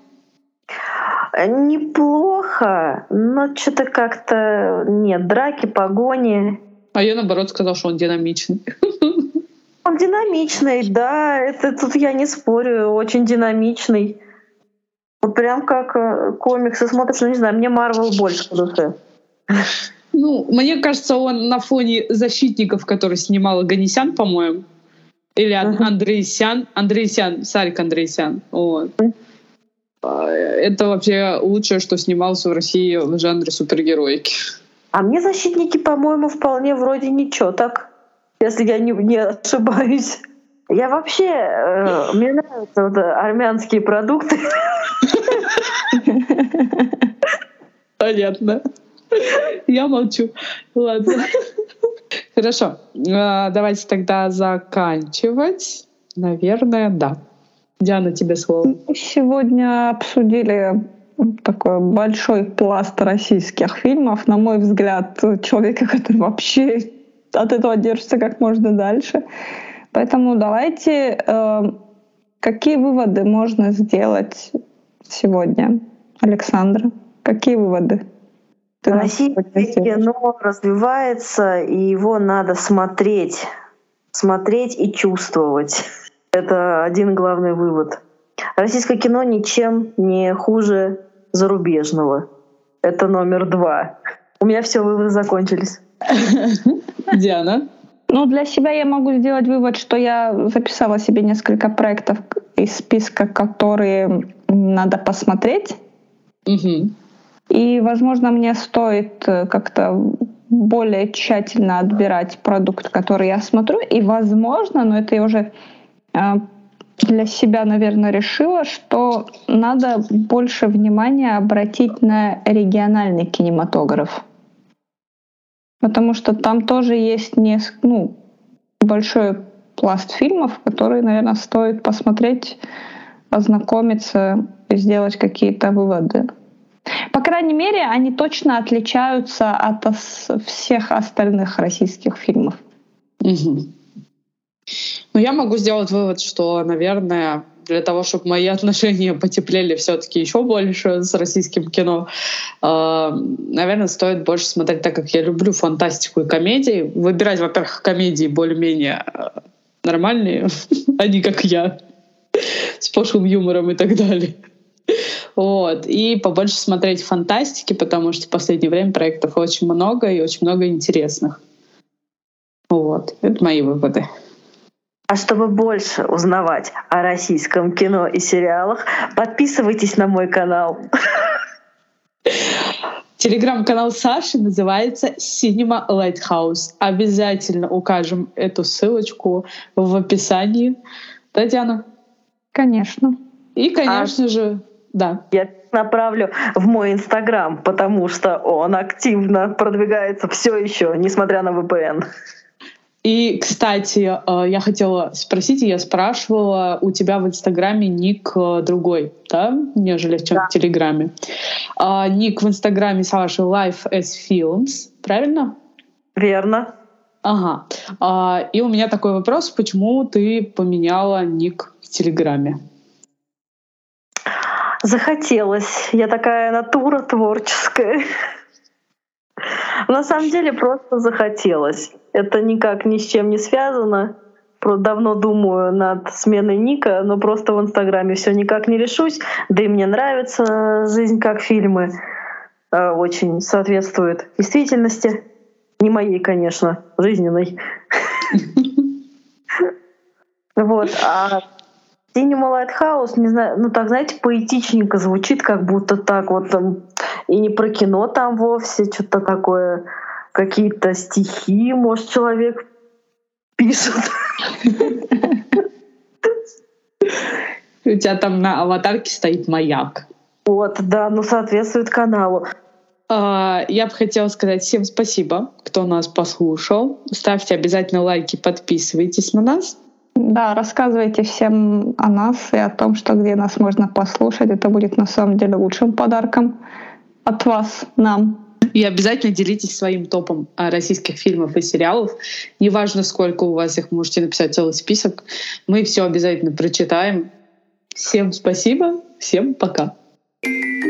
Неплохо, но что-то как-то нет. Драки, погони. А я, наоборот, сказал, что он динамичный. Он динамичный, да, это тут я не спорю, очень динамичный. Вот прям как комиксы смотришь, ну не знаю, мне Марвел больше по душе. Ну, мне кажется, он на фоне «Защитников», который снимал Оганесян, по-моему, или Андреасян, Сарик Андреасян. Вот. Это вообще лучшее, что снимался в России в жанре супергероики. А мне «Защитники», по-моему, вполне вроде ничего так, если я не ошибаюсь. Я вообще... мне нравятся вот армянские продукты. Понятно. Я молчу. Ладно. Хорошо. Давайте тогда заканчивать. Наверное, да. Диана, тебе слово. Сегодня обсудили такой большой пласт российских фильмов. На мой взгляд, человека, который вообще от этого держится как можно дальше. Поэтому давайте, какие выводы можно сделать сегодня, Александра? Какие выводы? Российское кино развивается, и его надо смотреть и чувствовать. Это один главный вывод. Российское кино ничем не хуже зарубежного. Это номер 2. У меня все, выводы закончились. Диана? Ну, для себя я могу сделать вывод, что я записала себе несколько проектов из списка, которые надо посмотреть. Угу. И, возможно, мне стоит как-то более тщательно отбирать продукт, который я смотрю. И, возможно, но это я уже для себя, наверное, решила, что надо больше внимания обратить на региональный кинематограф. Потому что там тоже есть большой пласт фильмов, которые, наверное, стоит посмотреть, ознакомиться и сделать какие-то выводы. По крайней мере, они точно отличаются от всех остальных российских фильмов. Угу. Ну, я могу сделать вывод, что, наверное, для того, чтобы мои отношения потеплели все-таки еще больше с российским кино, наверное, стоит больше смотреть, так как я люблю фантастику и комедии. Выбирать, во-первых, комедии более-менее нормальные, а не как я, с пошлым юмором и так далее. Вот. И побольше смотреть фантастики, потому что в последнее время проектов очень много и очень много интересных. Вот. Это мои выводы. А чтобы больше узнавать о российском кино и сериалах, подписывайтесь на мой канал. Телеграм-канал Саши называется Cinema Lighthouse. Обязательно укажем эту ссылочку в описании. Да, Диана? Конечно. И, конечно же, да. Я направлю в мой Инстаграм, потому что он активно продвигается все еще, несмотря на VPN. И, кстати, я хотела спросить, я спрашивала, у тебя в Инстаграме ник другой, да, нежели в Телеграме. Ник в Инстаграме Саши Life as Films, правильно? Верно. Ага. И у меня такой вопрос, почему ты поменяла ник в Телеграме? Захотелось. Я такая натура творческая. На самом деле просто захотелось. Это никак ни с чем не связано. Просто давно думаю над сменой ника, но просто в Инстаграме все никак не решусь. Да и мне нравится жизнь как фильмы. Очень соответствует действительности. Не моей, конечно, жизненной. Вот. А Cinema Lighthouse, не знаю, ну так, знаете, поэтичненько звучит, как будто так вот там. И не про кино там вовсе, что-то такое, какие-то стихи, может, человек пишут. У тебя там на аватарке стоит маяк. Вот, да, соответствует каналу. Я бы хотела сказать всем спасибо, кто нас послушал. Ставьте обязательно лайки, подписывайтесь на нас. Да, рассказывайте всем о нас и о том, что где нас можно послушать. Это будет на самом деле лучшим подарком от вас нам. И обязательно делитесь своим топом российских фильмов и сериалов. Неважно, сколько у вас их, можете написать целый список. Мы все обязательно прочитаем. Всем спасибо, всем пока.